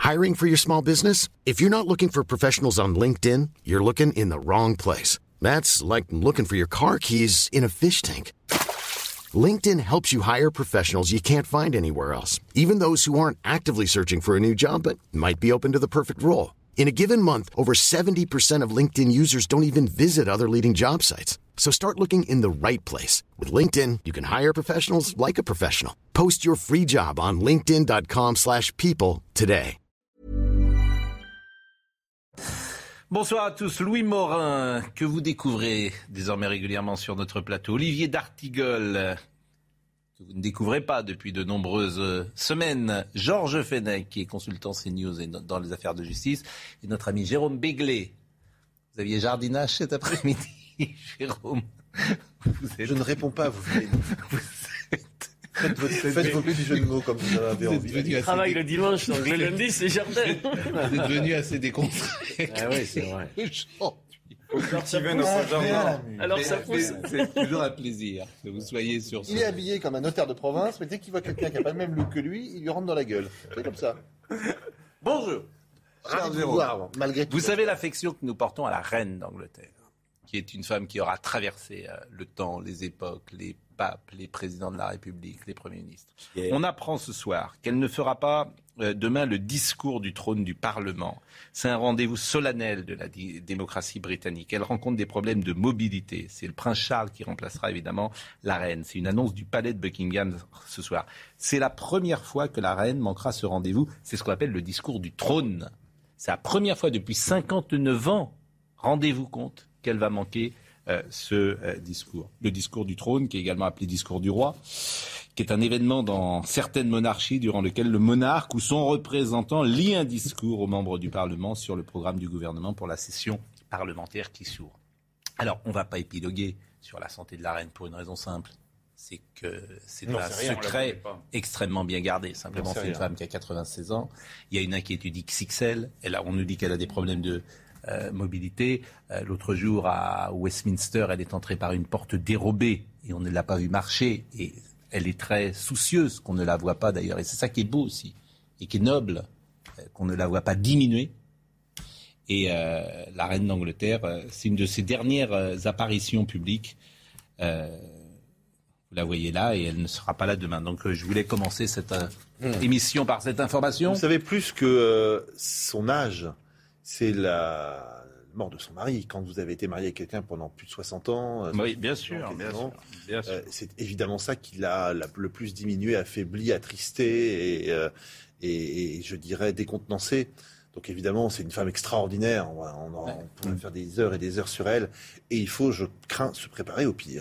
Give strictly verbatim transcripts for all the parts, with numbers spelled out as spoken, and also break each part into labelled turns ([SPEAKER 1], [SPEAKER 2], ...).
[SPEAKER 1] Hiring for your small business? If you're not looking for professionals on LinkedIn, you're looking in the wrong place. That's like looking for your car keys in a fish tank. LinkedIn helps you hire professionals you can't find anywhere else, even those who aren't actively searching for a new job but might be open to the perfect role. In a given month, over seventy percent of LinkedIn users don't even visit other leading job sites. So start looking in the right place. With LinkedIn, you can hire professionals like a professional. Post your free job on linkedin dot com slash people today.
[SPEAKER 2] Bonsoir à tous. Louis Morin, que vous découvrez désormais régulièrement sur notre plateau. Olivier d'Artigol, que vous ne découvrez pas depuis de nombreuses semaines. Georges Fenech, qui est consultant CNews et dans les affaires de justice. Et notre ami Jérôme Béglé. Vous aviez jardinage cet après-midi, Jérôme.
[SPEAKER 3] Vous êtes... Je ne réponds pas, vous venez. Vous êtes... Faites, votre, faites vos petits jeux de mots comme vous en avez envie.
[SPEAKER 4] Je travaille dé... le dimanche, donc le lundi, c'est jardin.
[SPEAKER 2] Vous êtes devenu assez décontracté.
[SPEAKER 4] Ah oui, c'est vrai.
[SPEAKER 2] Alors ça pousse. C'est toujours un plaisir que vous soyez sur ce...
[SPEAKER 3] Il est habillé comme un notaire de province, mais dès qu'il voit quelqu'un qui n'a pas le même look que lui, il lui rentre dans la gueule. C'est comme ça.
[SPEAKER 2] Bonjour.
[SPEAKER 3] Ravi de vous voir, malgré tout.
[SPEAKER 2] Vous savez l'affection que nous portons à la reine d'Angleterre, qui est une femme qui aura traversé euh, le temps, les époques, les papes, les présidents de la République, les premiers ministres. Yeah. On apprend ce soir qu'elle ne fera pas euh, demain le discours du trône du Parlement. C'est un rendez-vous solennel de la di- démocratie britannique. Elle rencontre des problèmes de mobilité. C'est le prince Charles qui remplacera évidemment la reine. C'est une annonce du palais de Buckingham ce soir. C'est la première fois que la reine manquera ce rendez-vous. C'est ce qu'on appelle le discours du trône. C'est la première fois depuis cinquante-neuf ans, rendez-vous compte, qu'elle va manquer euh, ce euh, discours. Le discours du trône, qui est également appelé discours du roi, qui est un événement dans certaines monarchies durant lequel le monarque ou son représentant lit un discours aux membres du Parlement sur le programme du gouvernement pour la session parlementaire qui s'ouvre. Alors, on ne va pas épiloguer sur la santé de la reine pour une raison simple. C'est que c'est non, un c'est secret extrêmement bien gardé. Simplement, non, c'est, c'est une femme qui a quatre-vingt-seize ans. Il y a une inquiétude X X L. Elle a, on nous dit qu'elle a des problèmes de euh, mobilité. Euh, l'autre jour, à Westminster, elle est entrée par une porte dérobée et on ne l'a pas vue marcher. Et elle est très soucieuse qu'on ne la voit pas d'ailleurs. Et c'est ça qui est beau aussi et qui est noble, euh, qu'on ne la voit pas diminuer. Et euh, la reine d'Angleterre, euh, c'est une de ses dernières euh, apparitions publiques. Euh, Vous la voyez là et elle ne sera pas là demain. Donc euh, je voulais commencer cette euh, mmh. émission par cette information.
[SPEAKER 3] Vous savez, plus que euh, son âge, c'est la mort de son mari. Quand vous avez été marié avec quelqu'un pendant plus de soixante ans...
[SPEAKER 2] Oui, bien sûr, bien sûr, bien sûr.
[SPEAKER 3] Euh, c'est évidemment ça qui l'a, l'a le plus diminué, affaibli, attristé et, euh, et, et je dirais décontenancé. Donc évidemment, c'est une femme extraordinaire. On, on, on, on pourrait faire des heures et des heures sur elle. Et il faut, je crains, se préparer au pire.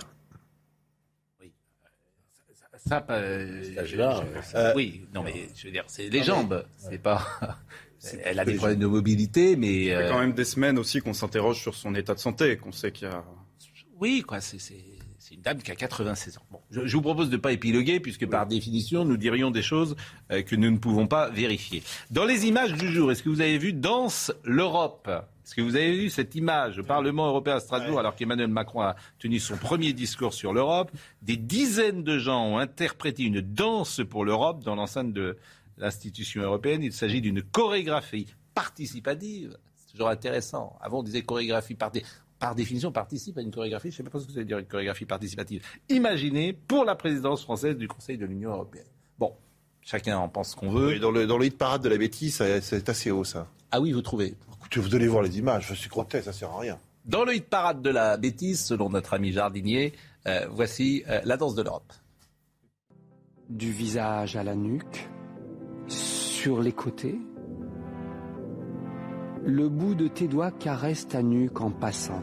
[SPEAKER 2] Ça, euh, je, je, euh, oui, non mais je veux dire, c'est les jambes, c'est pas. C'est elle a des problèmes de mobilité, mais.
[SPEAKER 5] Ça fait quand même des semaines aussi qu'on s'interroge sur son état de santé, qu'on sait qu'il y a.
[SPEAKER 2] Oui, quoi, c'est, c'est, c'est une dame qui a quatre-vingt-seize ans. Bon, je, je vous propose de ne pas épiloguer, puisque oui. par définition, nous dirions des choses euh, que nous ne pouvons pas vérifier. Dans les images du jour, est-ce que vous avez vu Danse l'Europe ? Est-ce que vous avez vu cette image au Parlement européen à Strasbourg, ouais. alors qu'Emmanuel Macron a tenu son premier discours sur l'Europe ? Des dizaines de gens ont interprété une danse pour l'Europe dans l'enceinte de l'institution européenne. Il s'agit d'une chorégraphie participative. C'est toujours intéressant. Avant, on disait chorégraphie participative. Par définition, participe à une chorégraphie. Je ne sais pas ce que vous allez dire, une chorégraphie participative. Imaginez pour la présidence française du Conseil de l'Union européenne. Bon, chacun en pense ce qu'on veut.
[SPEAKER 3] Oui, dans le, dans le hit parade de la bêtise, ça, c'est assez haut, ça.
[SPEAKER 2] Ah oui, vous trouvez ?
[SPEAKER 3] Écoutez, vous allez voir les images, je suis grotesque, ça ne sert à rien.
[SPEAKER 2] Dans le hit parade de la bêtise, selon notre ami jardinier, euh, voici euh, la danse de l'Europe.
[SPEAKER 6] Du visage à la nuque, sur les côtés, le bout de tes doigts caresse ta nuque en passant.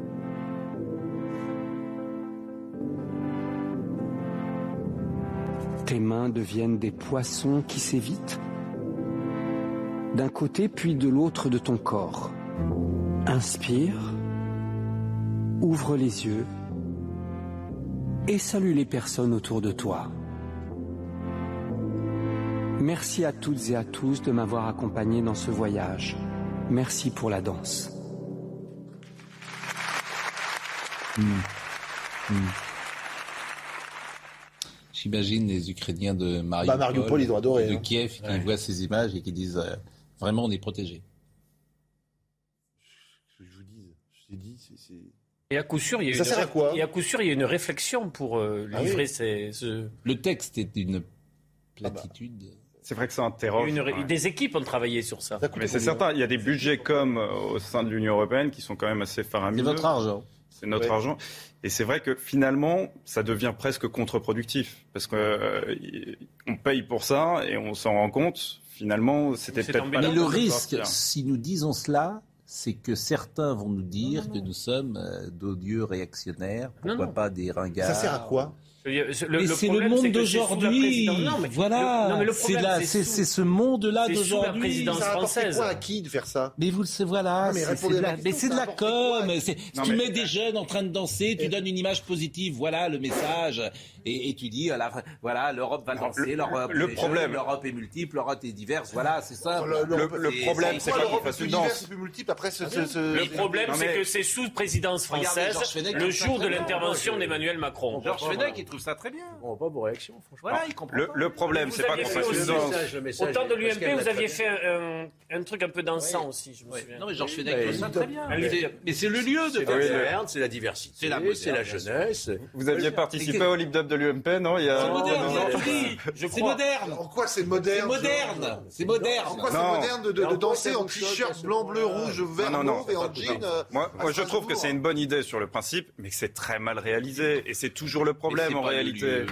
[SPEAKER 6] Tes mains deviennent des poissons qui s'évitent d'un côté puis de l'autre de ton corps. Inspire, ouvre les yeux et salue les personnes autour de toi. Merci à toutes et à tous de m'avoir accompagné dans ce voyage. Merci pour la danse.
[SPEAKER 2] Mmh. Mmh. J'imagine les Ukrainiens de Mariupol,
[SPEAKER 3] bah, Mariupol ils doivent adorer,
[SPEAKER 2] de
[SPEAKER 3] hein.
[SPEAKER 2] Kiev qui ouais. voient ces images et qui disent euh, Vraiment, on est protégé.
[SPEAKER 3] Ce que je vous dis, je t'ai dit, c'est... c'est...
[SPEAKER 7] Et à coup sûr, il y a
[SPEAKER 3] ça
[SPEAKER 7] une,
[SPEAKER 3] sert à quoi
[SPEAKER 7] et à coup sûr, il y a une réflexion pour euh, livrer ah oui. ces, ce...
[SPEAKER 2] Le texte est une platitude.
[SPEAKER 5] Ah bah. C'est vrai que ça interroge.
[SPEAKER 7] Une,
[SPEAKER 5] ouais.
[SPEAKER 7] Des équipes ont travaillé sur ça.
[SPEAKER 5] ça Mais c'est certain, il y a des budgets comme euh, au sein de l'Union européenne qui sont quand même assez faramineux.
[SPEAKER 2] C'est votre argent.
[SPEAKER 5] C'est notre ouais. argent. Et c'est vrai que finalement, ça devient presque contre-productif. Parce qu'on euh, paye pour ça et on s'en rend compte. Finalement, c'était
[SPEAKER 2] c'est
[SPEAKER 5] peut-être pas...
[SPEAKER 2] Mais le risque, si nous disons cela, c'est que certains vont nous dire non, non, non. que nous sommes euh, d'odieux réactionnaires. Pourquoi non, non. pas des ringards.
[SPEAKER 3] Ça sert à quoi ?
[SPEAKER 2] Le, mais le c'est le monde c'est d'aujourd'hui. Non, mais voilà, le, non, mais le problème, c'est, la, c'est, c'est, sous, c'est ce monde-là c'est d'aujourd'hui.
[SPEAKER 7] Sous la présidence
[SPEAKER 3] ça
[SPEAKER 7] française.
[SPEAKER 3] Quoi à qui de faire ça ?
[SPEAKER 2] Mais vous le savez, voilà. Non, mais c'est, c'est de la, mais c'est de la com. C'est, non, tu mais... mets des jeunes en train de danser, tu et... donnes une image positive. Voilà le message. Et, et tu dis, la, voilà, l'Europe va danser, le, l'Europe,
[SPEAKER 5] le problème,
[SPEAKER 2] jeunes, l'Europe est multiple, l'Europe est diverse. Voilà, c'est ça.
[SPEAKER 3] Le, le, le
[SPEAKER 5] c'est, problème, c'est, c'est pas qu'il fasse une danse.
[SPEAKER 7] Le problème, c'est que c'est sous présidence française, le jour de l'intervention d'Emmanuel Macron.
[SPEAKER 2] Georges Fenech, il trouve ça très bien.
[SPEAKER 8] Pas vos réactions, franchement.
[SPEAKER 2] Voilà, il comprend
[SPEAKER 5] le,
[SPEAKER 2] pas.
[SPEAKER 5] le problème,
[SPEAKER 7] vous
[SPEAKER 5] c'est pas qu'on fasse une danse.
[SPEAKER 7] Au temps de l'U M P, vous aviez fait un, un truc un peu dansant oui. aussi, je me souviens.
[SPEAKER 2] Non, mais Georges Fenech fait ça très bien. Mais, mais c'est le lieu de
[SPEAKER 8] c'est
[SPEAKER 2] faire
[SPEAKER 8] ça. C'est la diversité, c'est la, moderne, c'est la jeunesse.
[SPEAKER 5] Vous aviez participé au Lip-Dub de l'U M P, non il y a...
[SPEAKER 2] C'est moderne, c'est moderne.
[SPEAKER 3] En quoi c'est moderne ?
[SPEAKER 2] C'est moderne. C'est moderne.
[SPEAKER 3] En quoi c'est moderne de, de, de danser en t-shirt blanc, bleu, rouge, vert, mauve et en jean ?
[SPEAKER 5] Moi, je trouve que c'est une bonne idée sur le principe, mais que c'est très mal réalisé. Et c'est toujours le problème en réalité.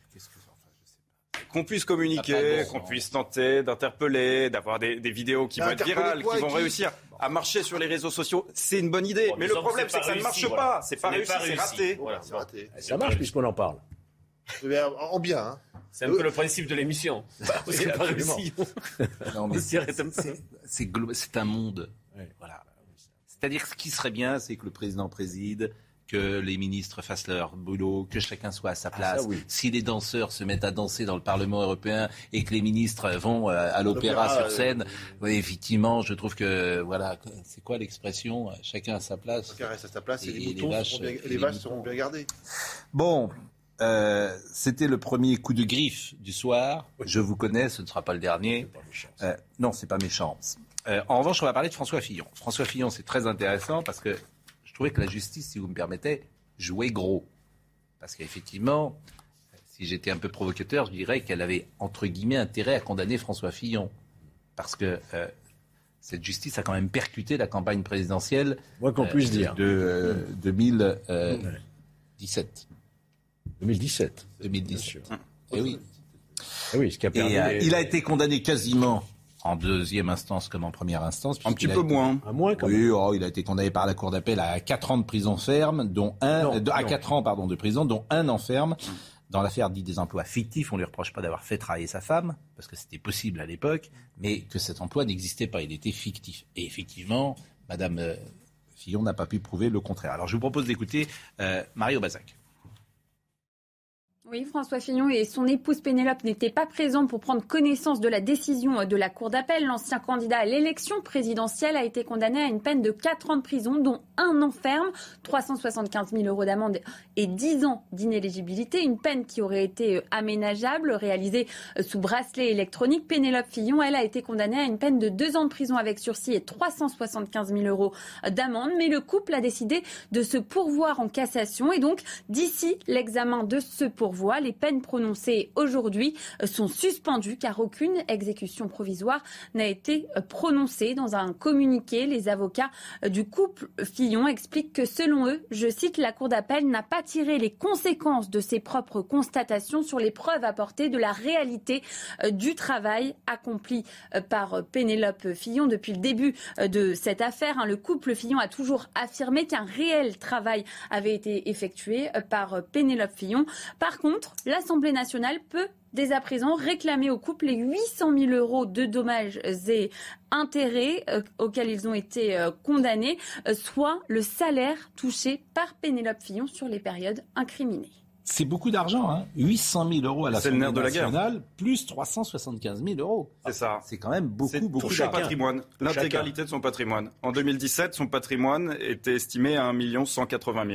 [SPEAKER 5] Qu'on puisse communiquer, qu'on puisse tenter d'interpeller, d'avoir des, des vidéos qui vont être virales, qui vont réussir à marcher sur les réseaux sociaux, c'est une bonne idée. Mais le problème, c'est que ça ne marche pas. C'est pas réussi, c'est raté.
[SPEAKER 8] C'est raté. Ça marche puisqu'on en parle.
[SPEAKER 3] En bien, hein.
[SPEAKER 7] C'est un peu le principe de l'émission. C'est pas réussi.
[SPEAKER 2] Non, mais c'est, c'est, c'est, c'est un monde. Voilà. C'est-à-dire, ce qui serait bien, c'est que le président préside, que les ministres fassent leur boulot, que chacun soit à sa place. Ah, ça, oui. Si les danseurs se mettent à danser dans le Parlement européen et que les ministres vont euh, à l'opéra, l'opéra sur scène, euh, oui, effectivement, je trouve que, voilà, c'est quoi l'expression ? Chacun à sa place.
[SPEAKER 3] Chacun reste à sa place et, et les, les vaches, seront bien, les les vaches seront bien gardées.
[SPEAKER 2] Bon, euh, c'était le premier coup de griffe du soir. Oui. Je vous connais, ce ne sera pas le dernier. C'est pas méchant, euh, non, c'est pas méchant. Euh, en revanche, on va parler de François Fillon. François Fillon, c'est très intéressant parce que je trouvais que la justice, si vous me permettez, jouait gros. Parce qu'effectivement, si j'étais un peu provocateur, je dirais qu'elle avait, entre guillemets, intérêt à condamner François Fillon. Parce que euh, cette justice a quand même percuté la campagne présidentielle
[SPEAKER 8] Moi qu'on euh, puisse dire.
[SPEAKER 2] de euh, deux mille dix-sept.
[SPEAKER 8] deux mille dix-sept.
[SPEAKER 2] deux mille dix-sept. Et oui.
[SPEAKER 8] Et oui, ce qui a permis
[SPEAKER 2] Et, euh,
[SPEAKER 8] les...
[SPEAKER 2] il a été condamné quasiment en deuxième instance comme en première instance.
[SPEAKER 5] Un petit peu été... moins.
[SPEAKER 8] À moins quand
[SPEAKER 2] oui,
[SPEAKER 8] même.
[SPEAKER 2] Oh, il a été condamné par la Cour d'appel à quatre ans de prison ferme, dont un... Non, euh, à non. quatre ans pardon, de prison, dont un an ferme. Mmh. Dans l'affaire dite des emplois fictifs, on ne lui reproche pas d'avoir fait travailler sa femme, parce que c'était possible à l'époque, mais que cet emploi n'existait pas, il était fictif. Et effectivement, Madame euh, Fillon n'a pas pu prouver le contraire. Alors je vous propose d'écouter euh, Marie Aubazac.
[SPEAKER 9] Oui, François Fillon et son épouse Pénélope n'étaient pas présents pour prendre connaissance de la décision de la Cour d'appel. L'ancien candidat à l'élection présidentielle a été condamné à une peine de quatre ans de prison, dont un an ferme, trois cent soixante-quinze mille euros d'amende et dix ans d'inéligibilité. Une peine qui aurait été aménageable, réalisée sous bracelet électronique. Pénélope Fillon, elle, a été condamnée à une peine de deux ans de prison avec sursis et trois cent soixante-quinze mille euros d'amende. Mais le couple a décidé de se pourvoir en cassation. Et donc, d'ici l'examen de ce pourvoi, les peines prononcées aujourd'hui sont suspendues car aucune exécution provisoire n'a été prononcée. Dans un communiqué, les avocats du couple Fillon expliquent que selon eux, je cite, la Cour d'appel n'a pas tiré les conséquences de ses propres constatations sur les preuves apportées de la réalité du travail accompli par Pénélope Fillon depuis le début de cette affaire. Le couple Fillon a toujours affirmé qu'un réel travail avait été effectué par Pénélope Fillon. Par contre, l'Assemblée nationale peut dès à présent réclamer au couple les huit cent mille euros de dommages et intérêts euh, auxquels ils ont été euh, condamnés, euh, soit le salaire touché par Pénélope Fillon sur les périodes incriminées.
[SPEAKER 2] C'est beaucoup d'argent, hein. huit cent mille euros à l'Assemblée
[SPEAKER 5] de
[SPEAKER 2] nationale, plus trois cent soixante-quinze mille euros.
[SPEAKER 5] C'est ça.
[SPEAKER 2] C'est quand même beaucoup,
[SPEAKER 5] c'est
[SPEAKER 2] beaucoup
[SPEAKER 5] d'argent. Son patrimoine, l'intégralité de son patrimoine. En deux mille dix-sept, son patrimoine était estimé à un million cent quatre-vingt mille.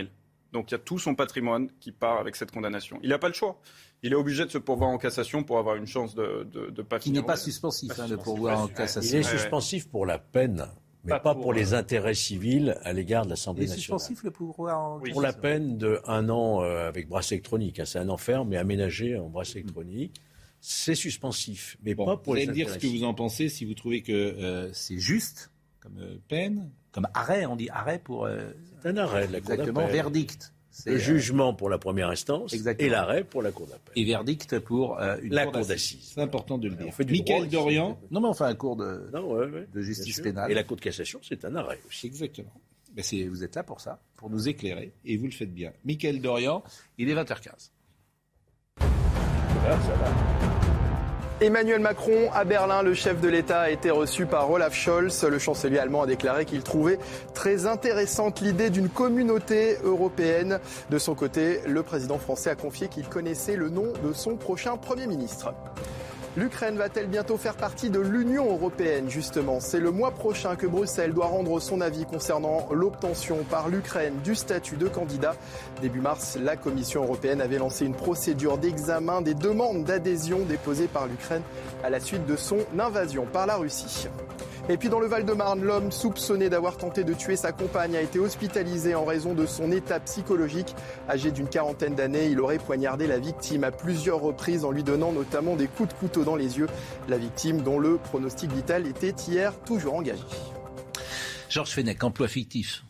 [SPEAKER 5] Donc il y a tout son patrimoine qui part avec cette condamnation. Il n'a pas le choix. Il est obligé de se pourvoir en cassation pour avoir une chance de ne pas
[SPEAKER 2] Qui
[SPEAKER 5] finir.
[SPEAKER 2] n'est pas suspensif, hein, le pourvoir en cassation.
[SPEAKER 8] Il est suspensif pour la peine, mais pas, pas pour, pour les intérêts civils à l'égard de l'Assemblée nationale.
[SPEAKER 2] Il est suspensif le pouvoir en
[SPEAKER 8] oui, Pour la peine de un an euh, avec bracelet électronique. Hein, c'est un an ferme, mais aménagé en bracelet électronique. C'est suspensif, mais
[SPEAKER 2] bon,
[SPEAKER 8] pas pour
[SPEAKER 2] les
[SPEAKER 8] les
[SPEAKER 2] intérêts civils. Vous allez me dire ce que vous en pensez, si vous trouvez que euh, c'est juste comme euh, peine, comme arrêt, on dit arrêt pour... Euh,
[SPEAKER 8] c'est un arrêt de la Cour d'appel.
[SPEAKER 2] Exactement, verdict.
[SPEAKER 8] C'est, le jugement pour la première instance
[SPEAKER 2] exactement.
[SPEAKER 8] Et l'arrêt pour la Cour d'appel.
[SPEAKER 2] Et verdict pour euh, une
[SPEAKER 8] la
[SPEAKER 2] Cour
[SPEAKER 8] d'assises.
[SPEAKER 2] d'assises. C'est important de le dire.
[SPEAKER 8] Michael
[SPEAKER 2] Dorian, non mais enfin un cours de,
[SPEAKER 8] non, ouais, ouais,
[SPEAKER 2] de justice pénale.
[SPEAKER 8] Et la Cour de cassation, c'est un arrêt aussi.
[SPEAKER 2] Exactement. Ben c'est, vous êtes là pour ça, pour nous éclairer, et vous le faites bien. Michael Dorian, il est vingt heures quinze.
[SPEAKER 8] Là, ça va.
[SPEAKER 10] Emmanuel Macron à Berlin, le chef de l'État a été reçu par Olaf Scholz. Le chancelier allemand a déclaré qu'il trouvait très intéressante l'idée d'une communauté européenne. De son côté, le président français a confié qu'il connaissait le nom de son prochain Premier ministre. L'Ukraine va-t-elle bientôt faire partie de l'Union européenne, justement ? C'est le mois prochain que Bruxelles doit rendre son avis concernant l'obtention par l'Ukraine du statut de candidat. Début mars, la Commission européenne avait lancé une procédure d'examen des demandes d'adhésion déposées par l'Ukraine à la suite de son invasion par la Russie. Et puis dans le Val-de-Marne, l'homme soupçonné d'avoir tenté de tuer sa compagne a été hospitalisé en raison de son état psychologique. Âgé d'une quarantaine d'années, il aurait poignardé la victime à plusieurs reprises en lui donnant notamment des coups de couteau dans les yeux. La victime, dont le pronostic vital était hier toujours engagé.
[SPEAKER 2] Georges Fenech, emploi fictif.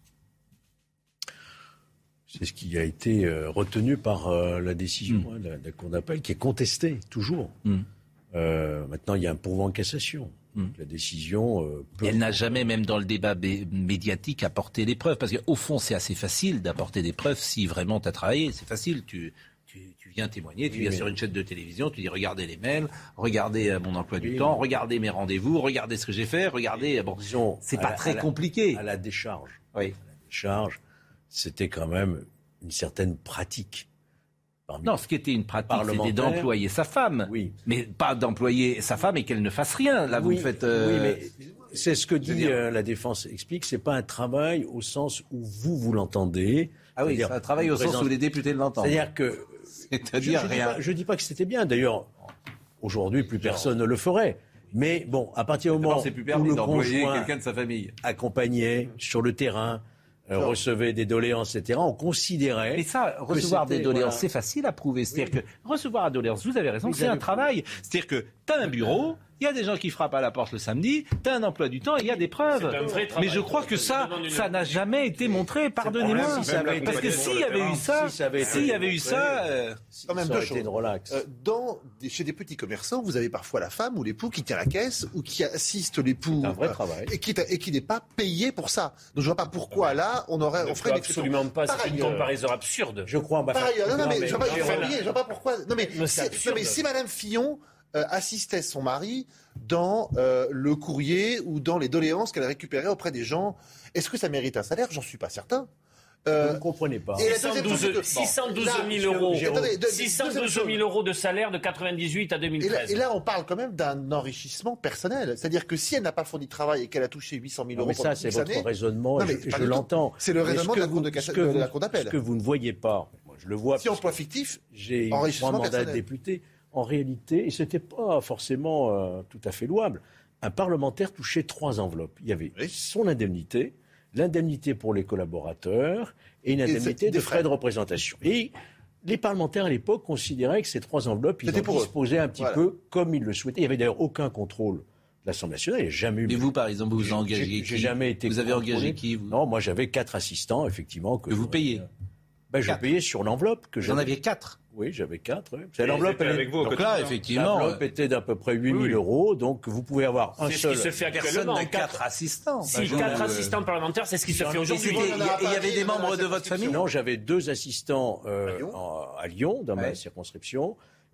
[SPEAKER 8] C'est ce qui a été euh, retenu par euh, la décision mmh. hein, de, la, de la Cour d'appel, qui est contestée toujours. Mmh. Euh, maintenant, il y a un pourvoi en cassation. Mmh. La décision. Euh, peut...
[SPEAKER 2] Elle n'a jamais, même dans le débat bé- médiatique, apporté des preuves. Parce qu'au fond, c'est assez facile d'apporter des preuves si vraiment tu as travaillé. C'est facile. Tu, tu, tu viens témoigner, tu oui, viens mais... sur une chaîne de télévision, tu dis regardez les mails, regardez euh, mon emploi oui, du temps, mais... regardez mes rendez-vous, regardez ce que j'ai fait, regardez. Bon, disons, c'est pas la, très à la, compliqué.
[SPEAKER 8] À la décharge.
[SPEAKER 2] Oui.
[SPEAKER 8] À la décharge, c'était quand même une certaine pratique.
[SPEAKER 2] Non, ce qui était une pratique, c'était d'employer sa femme. Oui. Mais pas d'employer sa femme et qu'elle ne fasse rien. Là, vous
[SPEAKER 8] oui,
[SPEAKER 2] me faites... Euh...
[SPEAKER 8] Oui, mais c'est ce que dit dire... euh, la défense explique. C'est pas un travail au sens où vous, vous l'entendez.
[SPEAKER 2] Ah oui, c'est un travail au présente... sens où les députés l'entendent.
[SPEAKER 8] C'est-à-dire que...
[SPEAKER 2] C'est-à-dire
[SPEAKER 8] je, je
[SPEAKER 2] rien.
[SPEAKER 8] Dis pas, je dis pas que c'était bien. D'ailleurs, aujourd'hui, plus personne ne le ferait. Mais bon, à partir du moment
[SPEAKER 2] c'est plus
[SPEAKER 8] où le
[SPEAKER 2] d'employer
[SPEAKER 8] conjoint
[SPEAKER 2] quelqu'un de sa famille
[SPEAKER 8] accompagné sur le terrain, Euh, recevait des doléances, et cetera, on considérait...
[SPEAKER 2] Mais ça, recevoir des doléances, voilà. C'est facile à prouver. C'est-à-dire oui. que recevoir des doléances, vous avez raison, oui, c'est un travail. C'est-à-dire que tu as un bureau, il y a des gens qui frappent à la porte le samedi, tu as un emploi du temps, il y a des preuves.
[SPEAKER 7] Un vrai travail.
[SPEAKER 2] Mais je crois que ça, ça n'a jamais été montré, pardonnez-moi.
[SPEAKER 8] Si
[SPEAKER 2] Parce que s'il y avait eu ça, s'il y avait eu ça...
[SPEAKER 3] Quand même deux choses. Euh, dans des, chez des petits commerçants, vous avez parfois la femme ou l'époux qui tient la caisse ou qui assiste l'époux
[SPEAKER 8] un vrai euh, travail.
[SPEAKER 3] et qui et qui n'est pas payé pour ça. Donc je vois pas pourquoi là on aurait on ferait
[SPEAKER 7] absolument pas. C'est une comparaison absurde.
[SPEAKER 8] Je crois. Bah,
[SPEAKER 3] Pareil, non, non, mais, mais je vois pas, je vois pas pourquoi. Non mais,
[SPEAKER 7] mais,
[SPEAKER 3] si, non, mais si Madame Fillon euh, assistait son mari dans euh, le courrier ou dans les doléances qu'elle récupérait auprès des gens, est-ce que ça mérite un salaire ? J'en suis pas certain.
[SPEAKER 8] Euh, vous ne comprenez pas.
[SPEAKER 7] six cent douze mille euros. six cent douze mille euros de salaire de quatre-vingt-dix-huit à deux mille treize.
[SPEAKER 3] Et là, et là on parle quand même d'un enrichissement personnel. C'est-à-dire que si elle n'a pas fourni de travail et qu'elle a touché huit cent mille euros
[SPEAKER 8] mais ça, c'est votre raisonnement, non, je, je l'entends.
[SPEAKER 3] C'est le raisonnement de la Cour de,
[SPEAKER 8] que
[SPEAKER 3] de
[SPEAKER 8] vous,
[SPEAKER 3] la Cour d'appel.
[SPEAKER 8] Ce que vous ne voyez pas, moi je le vois.
[SPEAKER 3] Si emploi fictif,
[SPEAKER 8] j'ai trois mandats de député. En réalité, et ce n'était pas forcément euh, tout à fait louable, un parlementaire touchait trois enveloppes. Il y avait oui. son indemnité, l'indemnité pour les collaborateurs et une indemnité et de frais. frais de représentation. Et les parlementaires à l'époque considéraient que ces trois enveloppes, ils en disposaient un petit voilà. peu comme ils le souhaitaient. Il n'y avait d'ailleurs aucun contrôle de l'Assemblée nationale. Il n'y a jamais eu.
[SPEAKER 2] Mais vous, par exemple, vous vous engagez qui ?
[SPEAKER 8] J'ai jamais été.
[SPEAKER 2] Vous avez engagé qui vous ?
[SPEAKER 8] Non, moi j'avais quatre assistants, effectivement. Que,
[SPEAKER 2] que vous payez ?
[SPEAKER 8] Ben, je payais sur l'enveloppe que
[SPEAKER 2] j'en aviez quatre.
[SPEAKER 8] Oui, j'avais quatre. Oui. C'est l'enveloppe elle
[SPEAKER 2] avec vous. Donc là, effectivement,
[SPEAKER 8] l'enveloppe euh... était d'à peu près huit mille oui. euros. Donc vous pouvez avoir un
[SPEAKER 7] c'est
[SPEAKER 8] seul.
[SPEAKER 7] C'est ce qui se fait actuellement.
[SPEAKER 2] Personne n'a quatre assistants.
[SPEAKER 7] Si bah, quatre euh... assistants parlementaires, c'est ce qui se fait aujourd'hui.
[SPEAKER 2] Et il y avait des membres de votre famille ?
[SPEAKER 8] Non, j'avais deux assistants euh, à Lyon, en, à Lyon dans ouais. ma circonscription.